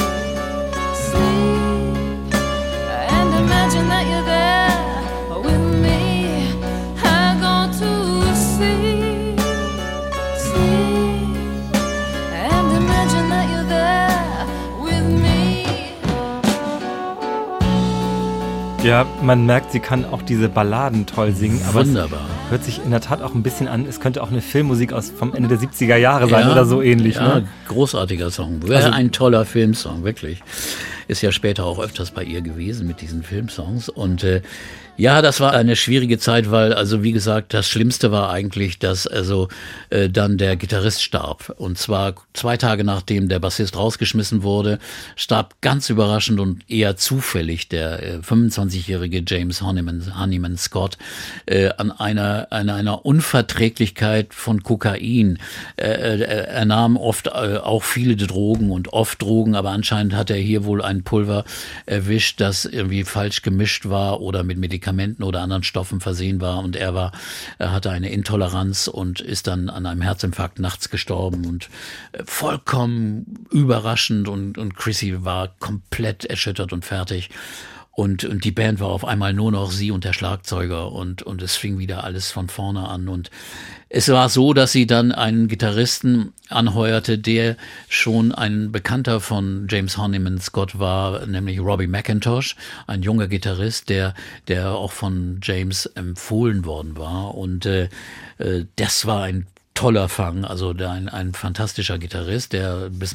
sleep, and imagine that you're there with me. I go to sleep, sleep, and imagine that you're there with me. Ja, man merkt, sie kann auch diese Balladen toll singen. Aber Wunderbar. es hört sich in der Tat auch ein bisschen an, es könnte auch eine Filmmusik vom Ende der 70er Jahre sein oder so ähnlich. Ja, Ne? Großartiger Song. Wäre ein toller Filmsong, wirklich. Ist ja später auch öfters bei ihr gewesen mit diesen Filmsongs. Und ja, das war eine schwierige Zeit, weil, also wie gesagt, das Schlimmste war eigentlich, dass dann der Gitarrist starb. Und zwar 2 Tage nachdem der Bassist rausgeschmissen wurde, starb ganz überraschend und eher zufällig der 25-jährige James Honeyman Scott an einer Unverträglichkeit von Kokain. Er nahm oft auch viele Drogen und oft Drogen, aber anscheinend hat er hier wohl ein Pulver erwischt, das irgendwie falsch gemischt war oder mit Medikamenten oder anderen Stoffen versehen war und er hatte eine Intoleranz und ist dann an einem Herzinfarkt nachts gestorben und vollkommen überraschend und Chrissy war komplett erschüttert und fertig. Und die Band war auf einmal nur noch sie und der Schlagzeuger und es fing wieder alles von vorne an. Und es war so, dass sie dann einen Gitarristen anheuerte, der schon ein Bekannter von James Honeyman Scott war, nämlich Robbie McIntosh, ein junger Gitarrist, der auch von James empfohlen worden war. Und das war ein toller Fang, also ein fantastischer Gitarrist, der bis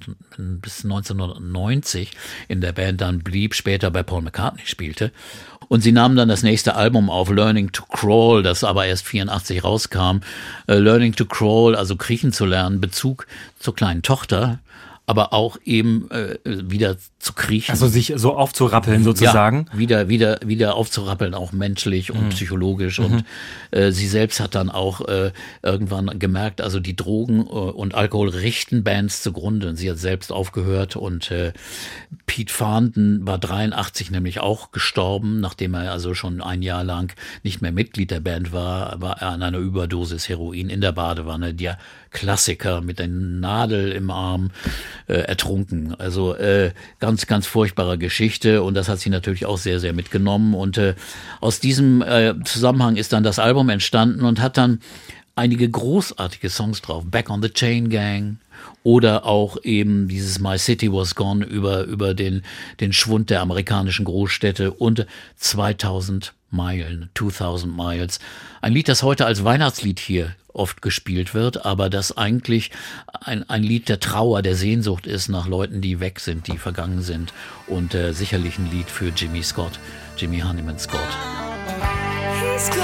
1990 in der Band dann blieb, später bei Paul McCartney spielte. Und sie nahmen dann das nächste Album auf, Learning to Crawl, das aber erst 84 rauskam. Learning to Crawl, also kriechen zu lernen, Bezug zur kleinen Tochter, aber auch eben wieder zu kriechen. Also sich so aufzurappeln sozusagen. Ja, wieder aufzurappeln, auch menschlich und psychologisch. Und sie selbst hat dann auch irgendwann gemerkt, also die Drogen und Alkohol richten Bands zugrunde. Und sie hat selbst aufgehört und Pete Farndon war 83 nämlich auch gestorben, nachdem er also schon ein Jahr lang nicht mehr Mitglied der Band war er an einer Überdosis Heroin in der Badewanne, der Klassiker mit der Nadel im Arm ertrunken. Also ganz, ganz furchtbare Geschichte und das hat sie natürlich auch sehr, sehr mitgenommen und aus diesem Zusammenhang ist dann das Album entstanden und hat dann einige großartige Songs drauf. Back on the Chain Gang oder auch eben dieses My City Was Gone über den Schwund der amerikanischen Großstädte und 2000 Miles. Ein Lied, das heute als Weihnachtslied hier oft gespielt wird, aber das eigentlich ein Lied der Trauer, der Sehnsucht ist nach Leuten, die weg sind, die vergangen sind und sicherlich ein Lied für Jimmy Honeyman Scott. He's gone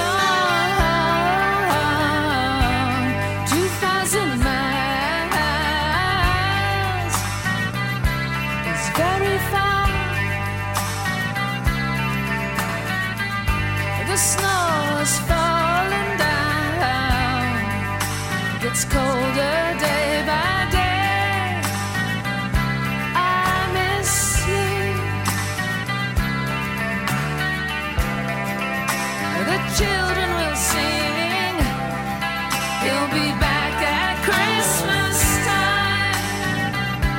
2,000 miles. It's very far. The snow is falling down. It's colder day by day. I miss you. The children will sing. He'll be back at Christmas time.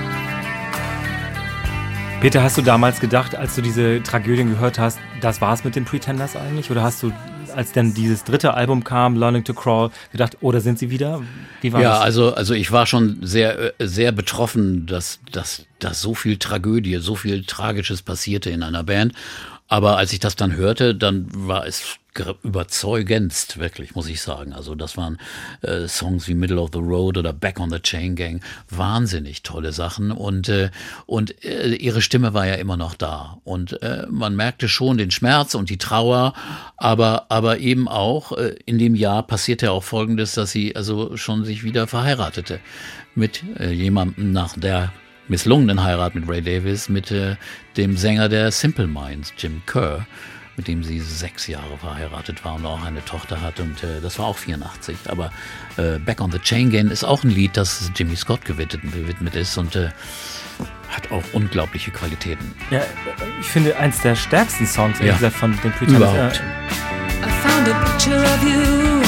Peter, hast du damals gedacht, als du diese Tragödien gehört hast, das war's mit den Pretenders eigentlich? Oder hast du, als dann dieses dritte Album kam, Learning to Crawl, gedacht, oh, da sind sie wieder? Wie war das? Also ich war schon sehr, sehr betroffen, dass so viel Tragödie, so viel Tragisches passierte in einer Band. Aber als ich das dann hörte, dann war es überzeugendst, wirklich, muss ich sagen. Also das waren Songs wie Middle of the Road oder Back on the Chain Gang, wahnsinnig tolle Sachen und ihre Stimme war ja immer noch da und man merkte schon den Schmerz und die Trauer, aber eben auch in dem Jahr passierte auch Folgendes, dass sie also schon sich wieder verheiratete mit jemandem nach der misslungenen Heirat mit Ray Davies mit dem Sänger der Simple Minds, Jim Kerr, mit dem sie 6 Jahre verheiratet war und auch eine Tochter hat. Und das war auch 84. Aber Back on the Chain Gang ist auch ein Lied, das Jimmy Scott gewidmet ist und hat auch unglaubliche Qualitäten. Ja, ich finde, eins der stärksten Songs von den Pretenders. Überhaupt. I found a picture of you.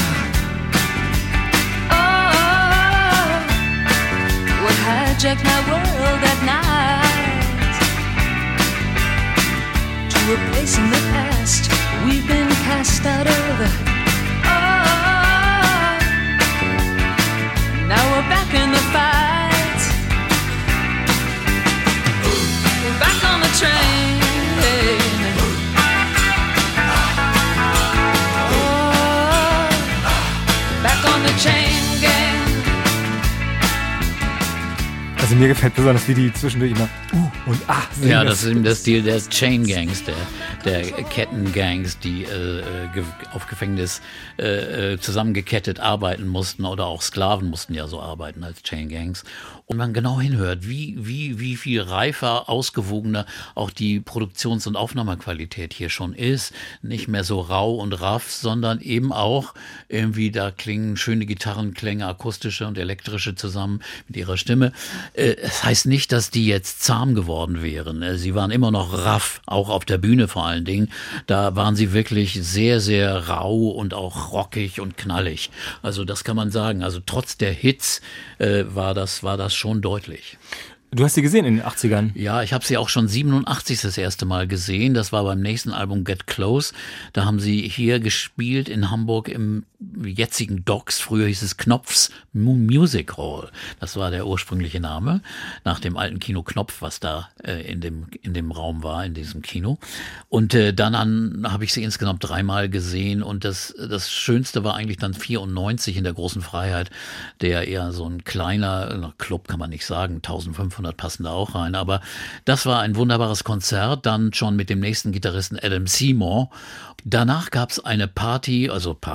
Oh, what hijacked my world at night. To a place in the past we've been cast out of. Oh, now we're back in the fight. We're back on the train. Also mir gefällt besonders, wie die zwischendurch immer und singen. Ja, das ist eben der Stil der Chain Gangs, der Kettengangs, die auf Gefängnis zusammengekettet arbeiten mussten, oder auch Sklaven mussten ja so arbeiten als Chain Gangs. Und man genau hinhört, wie viel reifer, ausgewogener auch die Produktions- und Aufnahmequalität hier schon ist. Nicht mehr so rau und raff, sondern eben auch irgendwie, da klingen schöne Gitarrenklänge, akustische und elektrische zusammen mit ihrer Stimme. Es heißt nicht, dass die jetzt zahm geworden wären. Sie waren immer noch raff, auch auf der Bühne vor allen Dingen. Da waren sie wirklich sehr, sehr rau und auch rockig und knallig. Also das kann man sagen. Also trotz der Hits war das schon deutlich. Du hast sie gesehen in den 80ern? Ja, ich habe sie auch schon 87 das erste Mal gesehen. Das war beim nächsten Album Get Close. Da haben sie hier gespielt in Hamburg im jetzigen Docks. Früher hieß es Knopfs Music Hall. Das war der ursprüngliche Name, nach dem alten Kino Knopf, was da in dem Raum war, in diesem Kino. Und dann habe ich sie insgesamt 3-mal gesehen. Und das Schönste war eigentlich dann 94 in der Großen Freiheit, der eher so ein kleiner Club, kann man nicht sagen, 1500 passen da auch rein, aber das war ein wunderbares Konzert, dann schon mit dem nächsten Gitarristen Adam Seymour. Danach gab es eine Party,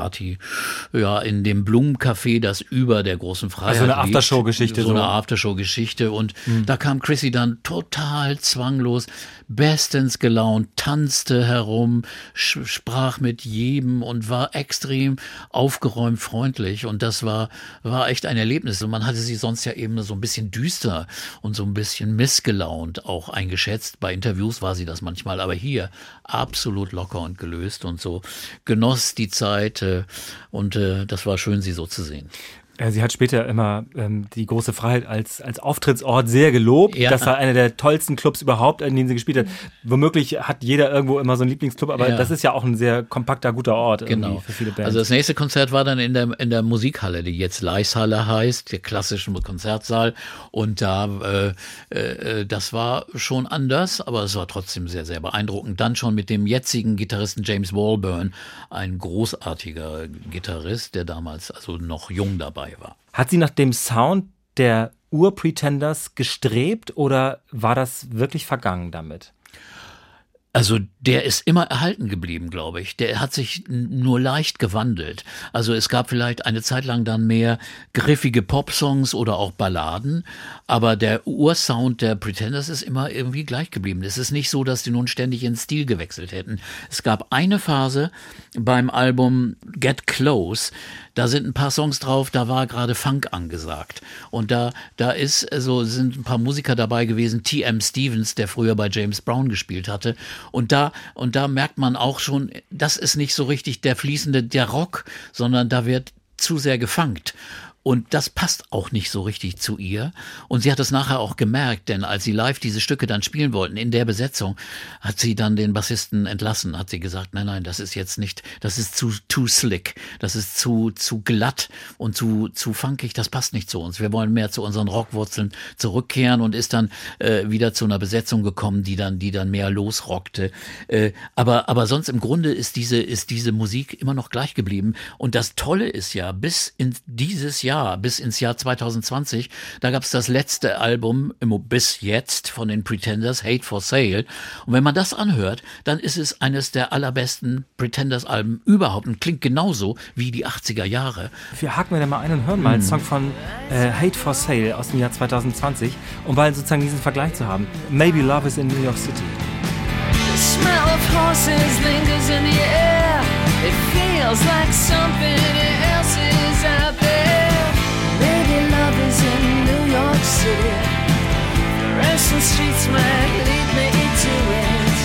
ja, in dem Blumencafé, das über der Großen Freiheit also eine Aftershow-Geschichte. So eine Aftershow-Geschichte und da kam Chrissy dann total zwanglos, bestens gelaunt, tanzte herum, sprach mit jedem und war extrem aufgeräumt, freundlich und das war echt ein Erlebnis und man hatte sie sonst ja eben so ein bisschen düster und so ein bisschen missgelaunt auch eingeschätzt. Bei Interviews war sie das manchmal, aber hier absolut locker und gelöst und so genoss die Zeit und das war schön, sie so zu sehen. Sie hat später immer die Große Freiheit als Auftrittsort sehr gelobt. Ja. Das war einer der tollsten Clubs überhaupt, in denen sie gespielt hat. Womöglich hat jeder irgendwo immer so einen Lieblingsclub, aber das ist ja auch ein sehr kompakter, guter Ort genau. Für viele Bands. Also das nächste Konzert war dann in der Musikhalle, die jetzt Leishalle heißt, der klassische Konzertsaal. Und da, das war schon anders, aber es war trotzdem sehr, sehr beeindruckend. Dann schon mit dem jetzigen Gitarristen James Walburn, ein großartiger Gitarrist, der damals also noch jung dabei war. Hat sie nach dem Sound der Ur-Pretenders gestrebt oder war das wirklich vergangen damit? Also der ist immer erhalten geblieben, glaube ich. Der hat sich nur leicht gewandelt. Also es gab vielleicht eine Zeit lang dann mehr griffige Popsongs oder auch Balladen, aber der Ursound der Pretenders ist immer irgendwie gleich geblieben. Es ist nicht so, dass die nun ständig ihren Stil gewechselt hätten. Es gab eine Phase beim Album Get Close, da sind ein paar Songs drauf, da war gerade Funk angesagt. Und da sind ein paar Musiker dabei gewesen, T.M. Stevens, der früher bei James Brown gespielt hatte. Und da merkt man auch schon, das ist nicht so richtig der Rock, sondern da wird zu sehr gefunkt. Und das passt auch nicht so richtig zu ihr. Und sie hat es nachher auch gemerkt, denn als sie live diese Stücke dann spielen wollten, in der Besetzung, hat sie dann den Bassisten entlassen, hat sie gesagt, nein, das ist jetzt nicht, das ist zu slick, das ist zu glatt und zu funkig, das passt nicht zu uns. Wir wollen mehr zu unseren Rockwurzeln zurückkehren und ist dann wieder zu einer Besetzung gekommen, die dann mehr losrockte. Aber sonst im Grunde ist diese Musik immer noch gleich geblieben. Und das Tolle ist ja, bis in dieses Jahr Jahr, bis ins Jahr 2020. Da gab es das letzte Album bis jetzt von den Pretenders, Hate for Sale. Und wenn man das anhört, dann ist es eines der allerbesten Pretenders-Alben überhaupt und klingt genauso wie die 80er Jahre. Wir haken wir da mal ein und hören mal einen Song von Hate for Sale aus dem Jahr 2020, um mal sozusagen diesen Vergleich zu haben. Maybe Love is in New York City. The smell of horses lingers in the air. It feels like something else is out there. Maybe love is in New York City. The restless streets might lead me to it.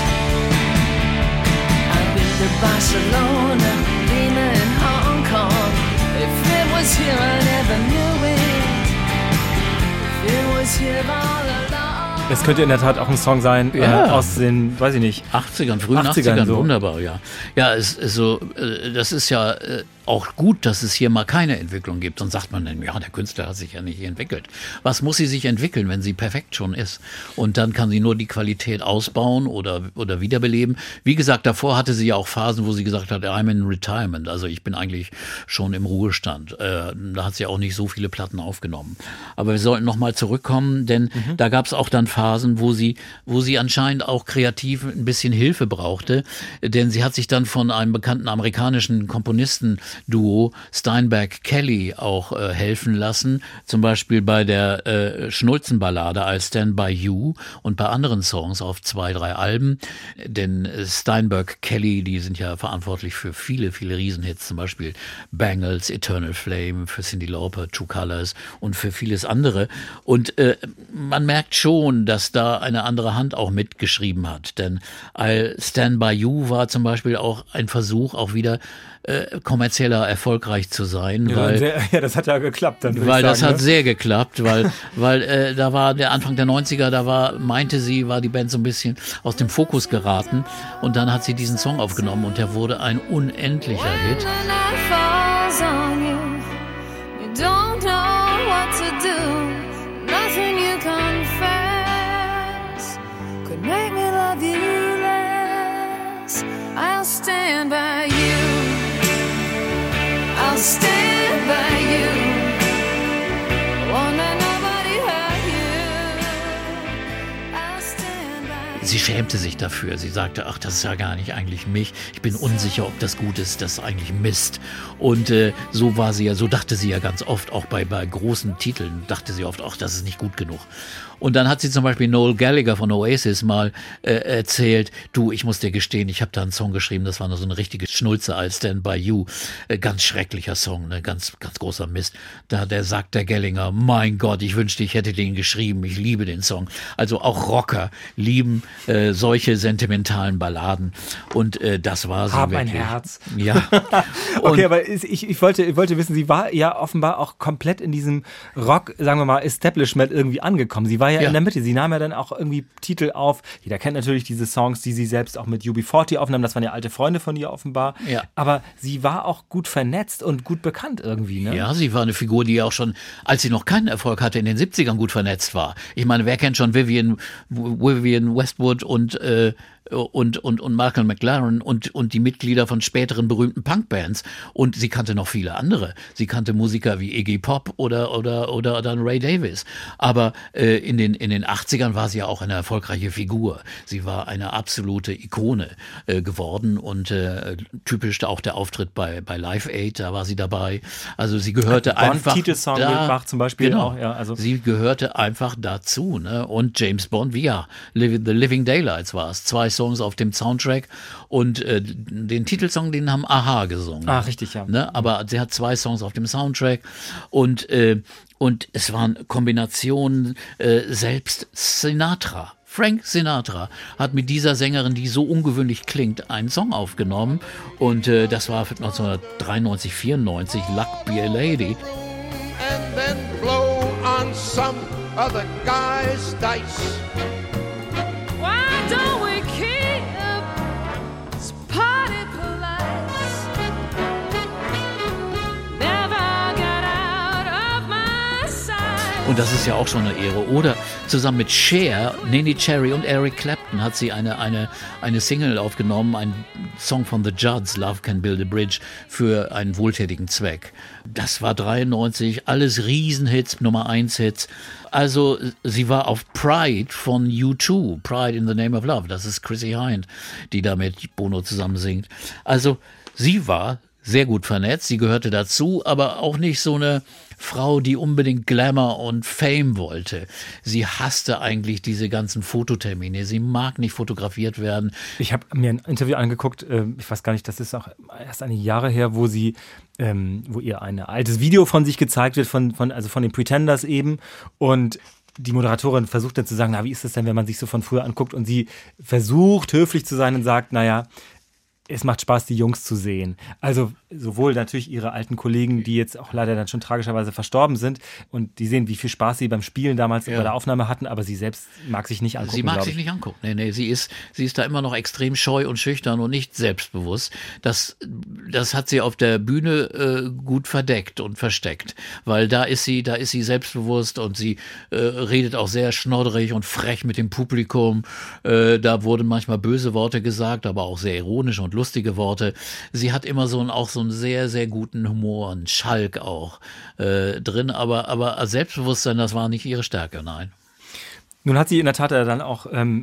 I've been to Barcelona, Lima and Hong Kong. If it was here I never knew it. If it was here all along. Es könnte in der Tat auch ein Song sein aus den, weiß ich nicht, 80ern, frühen 80ern, so. Wunderbar, ja. Ja, es ist so, das ist ja auch gut, dass es hier mal keine Entwicklung gibt. Sonst sagt man dann, ja, der Künstler hat sich ja nicht entwickelt. Was muss sie sich entwickeln, wenn sie perfekt schon ist? Und dann kann sie nur die Qualität ausbauen oder wiederbeleben. Wie gesagt, davor hatte sie ja auch Phasen, wo sie gesagt hat, I'm in retirement. Also ich bin eigentlich schon im Ruhestand. Da hat sie auch nicht so viele Platten aufgenommen. Aber wir sollten nochmal zurückkommen, denn da gab es auch dann Phasen, wo sie anscheinend auch kreativ ein bisschen Hilfe brauchte. Denn sie hat sich dann von einem bekannten amerikanischen Komponisten-Duo Steinberg-Kelly auch helfen lassen, zum Beispiel bei der Schnulzenballade I Stand By You und bei anderen Songs auf 2, 3 Alben, denn Steinberg-Kelly, die sind ja verantwortlich für viele, viele Riesenhits, zum Beispiel Bangles, Eternal Flame, für Cyndi Lauper, True Colors und für vieles andere. Und man merkt schon, dass da eine andere Hand auch mitgeschrieben hat, denn I Stand By You war zum Beispiel auch ein Versuch, auch wieder kommerzieller erfolgreich zu sein, weil das hat ja geklappt. Dann weil das hat sehr geklappt, weil da war der Anfang der 90er, war die Band so ein bisschen aus dem Fokus geraten und dann hat sie diesen Song aufgenommen und der wurde ein unendlicher Hit. I'll stand by you. I'll stand by you. Won't let nobody hurt you. I'll stand by you. Sie schämte sich dafür. Sie sagte, ach, das ist ja gar nicht eigentlich mich. Ich bin unsicher, ob das gut ist, das ist eigentlich Mist. Und so dachte sie ja ganz oft, auch bei großen Titeln, dachte sie oft, ach, das ist nicht gut genug. Und dann hat sie zum Beispiel Noel Gallagher von Oasis mal erzählt, du, ich muss dir gestehen, ich habe da einen Song geschrieben, das war noch so eine richtige Schnulze, I Stand By You. Ganz schrecklicher Song, ne? Ganz, ganz großer Mist. Der sagt der Gallagher, mein Gott, ich wünschte, ich hätte den geschrieben, ich liebe den Song. Also auch Rocker lieben solche sentimentalen Balladen und das war sie Hab wirklich. Ein Herz. Ja. Okay, aber ich wollte wissen, sie war ja offenbar auch komplett in diesem Rock, sagen wir mal, Establishment irgendwie angekommen. Sie war ja in der Mitte. Sie nahm ja dann auch irgendwie Titel auf. Jeder kennt natürlich diese Songs, die sie selbst auch mit UB40 aufnahm. Das waren ja alte Freunde von ihr offenbar. Ja. Aber sie war auch gut vernetzt und gut bekannt irgendwie, ne? Ja, sie war eine Figur, die auch schon, als sie noch keinen Erfolg hatte, in den 70ern gut vernetzt war. Ich meine, wer kennt schon Vivienne Westwood und Malcolm McLaren und die Mitglieder von späteren berühmten Punkbands. Und sie kannte noch viele andere. Sie kannte Musiker wie Iggy Pop oder dann Ray Davies. Aber in den 80ern war sie ja auch eine erfolgreiche Figur. Sie war eine absolute Ikone geworden und typisch auch der Auftritt bei Live Aid, da war sie dabei. Also sie gehörte einfach Titelsong gemacht zum Beispiel genau, auch. Ja, also sie gehörte einfach dazu. Ne? Und James Bond, The Living Daylights war es. 2 Songs auf dem Soundtrack und den Titelsong, den haben A-ha gesungen. Ah, richtig, ja. Ne? Aber sie hat 2 Songs auf dem Soundtrack und es waren Kombinationen, selbst Frank Sinatra hat mit dieser Sängerin, die so ungewöhnlich klingt, einen Song aufgenommen und das war 1993, 94, Luck Be a Lady. And then blow on some other guy's dice. Why don't we keep this party polite? Never get out of my sight. Und das ist ja auch schon eine Ehre. Oder zusammen mit Cher, Neneh Cherry und Eric Clapton hat sie eine Single aufgenommen, ein Song von The Judds, Love Can Build a Bridge, für einen wohltätigen Zweck. Das war 93, alles Riesenhits, Nummer 1 Hits. Also sie war auf Pride von U2, Pride in the Name of Love. Das ist Chrissy Hind, die da mit Bono zusammen singt. Also sie war sehr gut vernetzt, sie gehörte dazu, aber auch nicht so eine Frau, die unbedingt Glamour und Fame wollte. Sie hasste eigentlich diese ganzen Fototermine. Sie mag nicht fotografiert werden. Ich habe mir ein Interview angeguckt, ich weiß gar nicht, das ist auch erst einige Jahre her, wo ihr ein altes Video von sich gezeigt wird, von den Pretenders eben. Und die Moderatorin versucht dann zu sagen, na, wie ist das denn, wenn man sich so von früher anguckt? Und sie versucht, höflich zu sein und sagt, naja, es macht Spaß, die Jungs zu sehen. Also sowohl natürlich ihre alten Kollegen, die jetzt auch leider dann schon tragischerweise verstorben sind, und die sehen, wie viel Spaß sie beim Spielen damals bei der Aufnahme hatten, aber sie selbst mag sich nicht angucken. Sie mag sich nicht angucken. Nee, sie ist da immer noch extrem scheu und schüchtern und nicht selbstbewusst. Das hat sie auf der Bühne gut verdeckt und versteckt, weil da ist sie selbstbewusst und sie redet auch sehr schnodderig und frech mit dem Publikum. Da wurden manchmal böse Worte gesagt, aber auch sehr ironische und lustige Worte. Sie hat immer so einen sehr, sehr guten Humor, einen Schalk auch drin, aber Selbstbewusstsein, das war nicht ihre Stärke, nein. Nun hat sie in der Tat dann auch,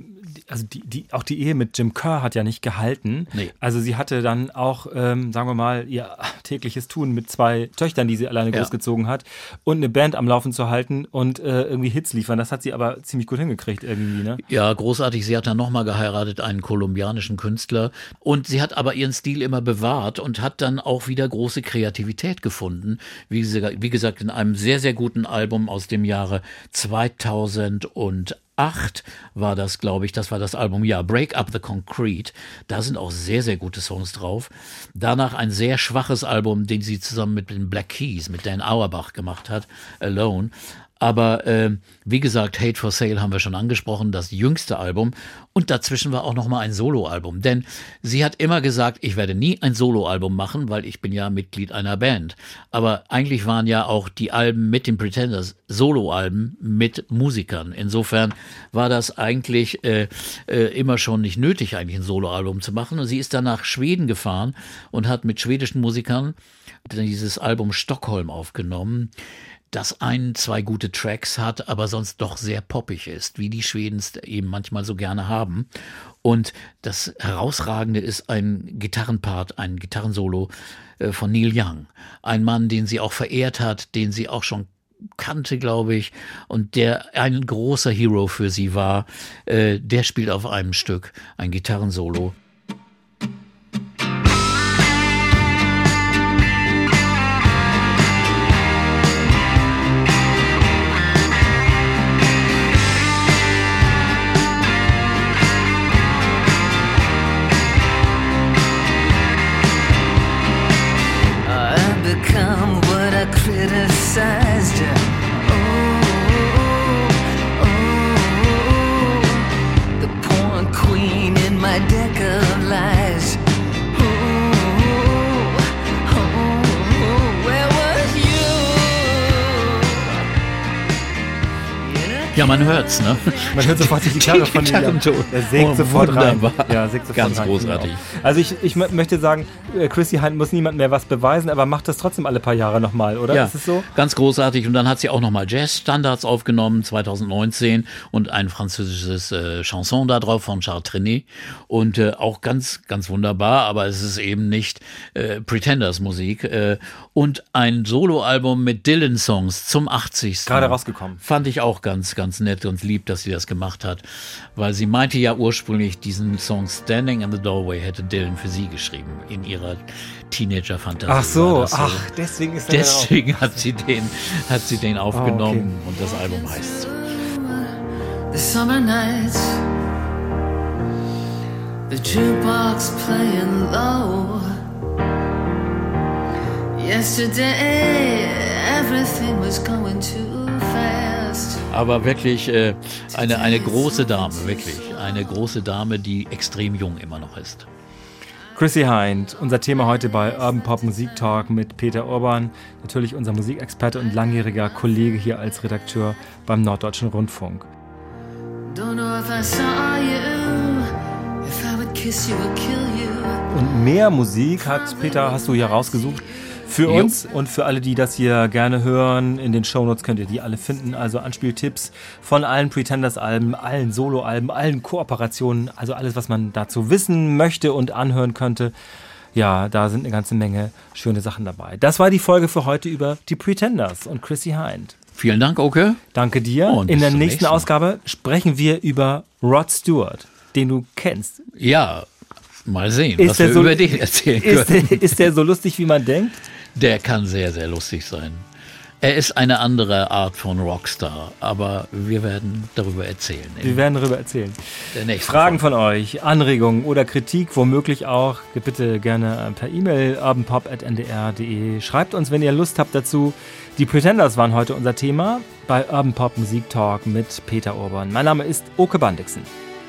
auch die Ehe mit Jim Kerr hat ja nicht gehalten. Nee. Also sie hatte dann auch, sagen wir mal, ihr tägliches Tun mit 2 Töchtern, die sie alleine großgezogen hat, und eine Band am Laufen zu halten und irgendwie Hits liefern. Das hat sie aber ziemlich gut hingekriegt irgendwie, ne? Ja, großartig. Sie hat dann nochmal geheiratet, einen kolumbianischen Künstler. Und sie hat aber ihren Stil immer bewahrt und hat dann auch wieder große Kreativität gefunden. Wie gesagt, in einem sehr, sehr guten Album aus dem Jahre 2008 war das, glaube ich, das war das Album, Break Up the Concrete. Da sind auch sehr, sehr gute Songs drauf. Danach ein sehr schwaches Album, den sie zusammen mit den Black Keys, mit Dan Auerbach gemacht hat, Alone. Aber wie gesagt, Hate for Sale haben wir schon angesprochen, das jüngste Album. Und dazwischen war auch noch mal ein Soloalbum. Denn sie hat immer gesagt, ich werde nie ein Soloalbum machen, weil ich bin ja Mitglied einer Band. Aber eigentlich waren ja auch die Alben mit den Pretenders Soloalben mit Musikern. Insofern war das eigentlich immer schon nicht nötig, eigentlich ein Soloalbum zu machen. Und sie ist dann nach Schweden gefahren und hat mit schwedischen Musikern dieses Album Stockholm aufgenommen, das 1-2 gute Tracks hat, aber sonst doch sehr poppig ist, wie die Schweden es eben manchmal so gerne haben. Und das Herausragende ist ein Gitarrenpart, ein Gitarrensolo von Neil Young. Ein Mann, den sie auch verehrt hat, den sie auch schon kannte, glaube ich, und der ein großer Hero für sie war. Der spielt auf einem Stück ein Gitarrensolo. Criticized you. The porn queen in my deck of lies. Where was you? Ja, man hört's, ne? Man hört sofort die Gitarre von ihm. Er sägt sofort rein. Ja, sägt sofort ganz rein. Großartig. Also ich möchte sagen, Chrissy Hind muss niemand mehr was beweisen, aber macht das trotzdem alle paar Jahre nochmal, oder? Ja, ist es so? Ganz großartig. Und dann hat sie auch nochmal Jazzstandards aufgenommen, 2019, und ein französisches Chanson da drauf von Charles Trenet. Und auch ganz, ganz wunderbar, aber es ist eben nicht Pretenders Musik. Und ein Soloalbum mit Dylan-Songs zum 80. Gerade rausgekommen. Fand ich auch ganz, ganz nett und lieb, dass sie das gemacht hat. Weil sie meinte ja ursprünglich, diesen Song Standing in the Doorway hätte Dylan für sie geschrieben, in ihrer Teenager-Fantasie. Ach so, deswegen ist er deswegen hat sie den aufgenommen, okay. Und das Album heißt so. The summer nights, the jukebox playing low. Yesterday, everything was going too fast. Aber wirklich eine große Dame, wirklich. Eine große Dame, die extrem jung immer noch ist. Chrissie Hynde, unser Thema heute bei Urban Pop Musik Talk mit Peter Urban, natürlich unser Musikexperte und langjähriger Kollege hier als Redakteur beim Norddeutschen Rundfunk. Und mehr Musik hat Peter, hast du hier rausgesucht, für uns und für alle, die das hier gerne hören. In den Shownotes könnt ihr die alle finden. Also Anspieltipps von allen Pretenders-Alben, allen Solo-Alben, allen Kooperationen. Also alles, was man dazu wissen möchte und anhören könnte. Ja, da sind eine ganze Menge schöne Sachen dabei. Das war die Folge für heute über die Pretenders und Chrissie Hynde. Vielen Dank, Oke. Danke dir. Und in der nächsten Ausgabe sprechen wir über Rod Stewart, den du kennst. Ja, mal sehen, was wir über den erzählen können. Ist der so lustig, wie man denkt? Der kann sehr, sehr lustig sein. Er ist eine andere Art von Rockstar, aber wir werden darüber erzählen. Fragen von euch, Anregungen oder Kritik, womöglich auch, bitte gerne per E-Mail urbanpop@ndr.de. Schreibt uns, wenn ihr Lust habt dazu. Die Pretenders waren heute unser Thema bei Urban Pop Musik Talk mit Peter Urban. Mein Name ist Oke Bandixen.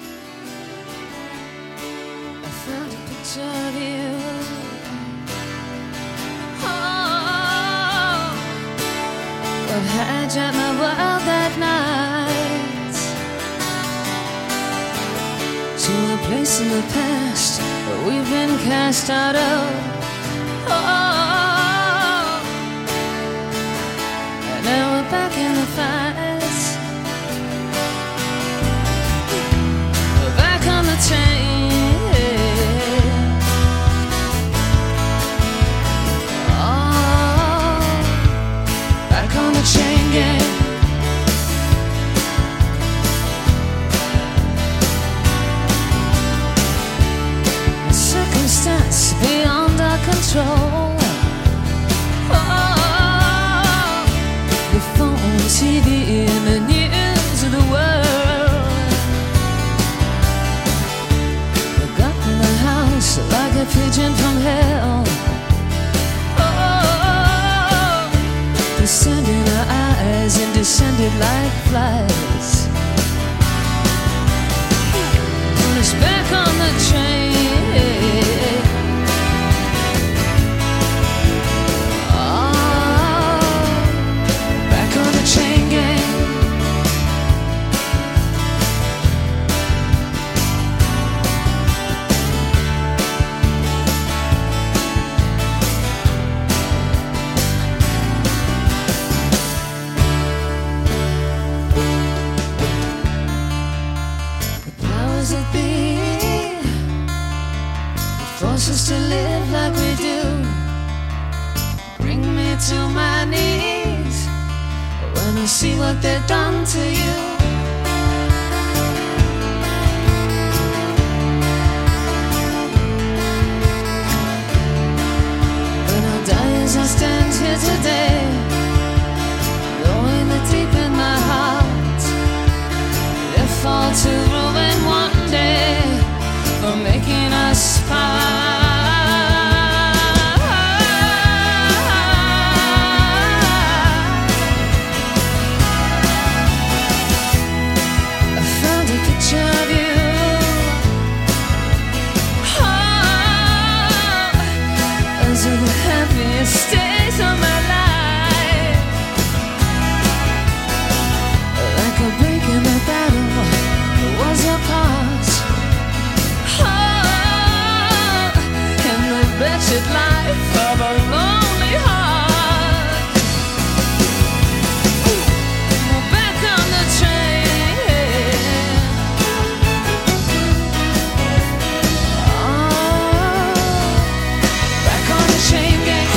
Hijacked my world that night to a place in the past where we've been cast out of. And now we're back in the fight. We're back on the train. On the chain gang. A circumstance beyond our control. The phone, TV, and the news of the world. I got in the house like a pigeon from hell. Descended our eyes and descended like flies. And it's back on the train. Back on the chain gang. Us to live like we do, bring me to my knees when I see what they've done to you. When I die as I stand here today, knowing that deep in my heart they fall to ruin one day for making us part. Stays of my life, like a break in the battle was a part. In the wretched life of a lonely heart. We're back on the train. Back on the chain gang.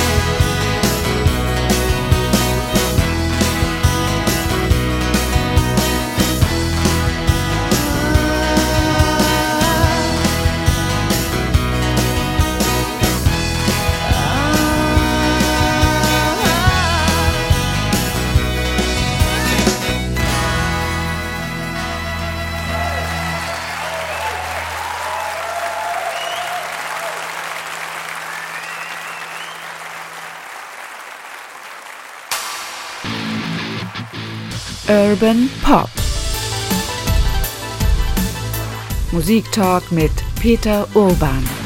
Urban Pop Musik Talk mit Peter Urban.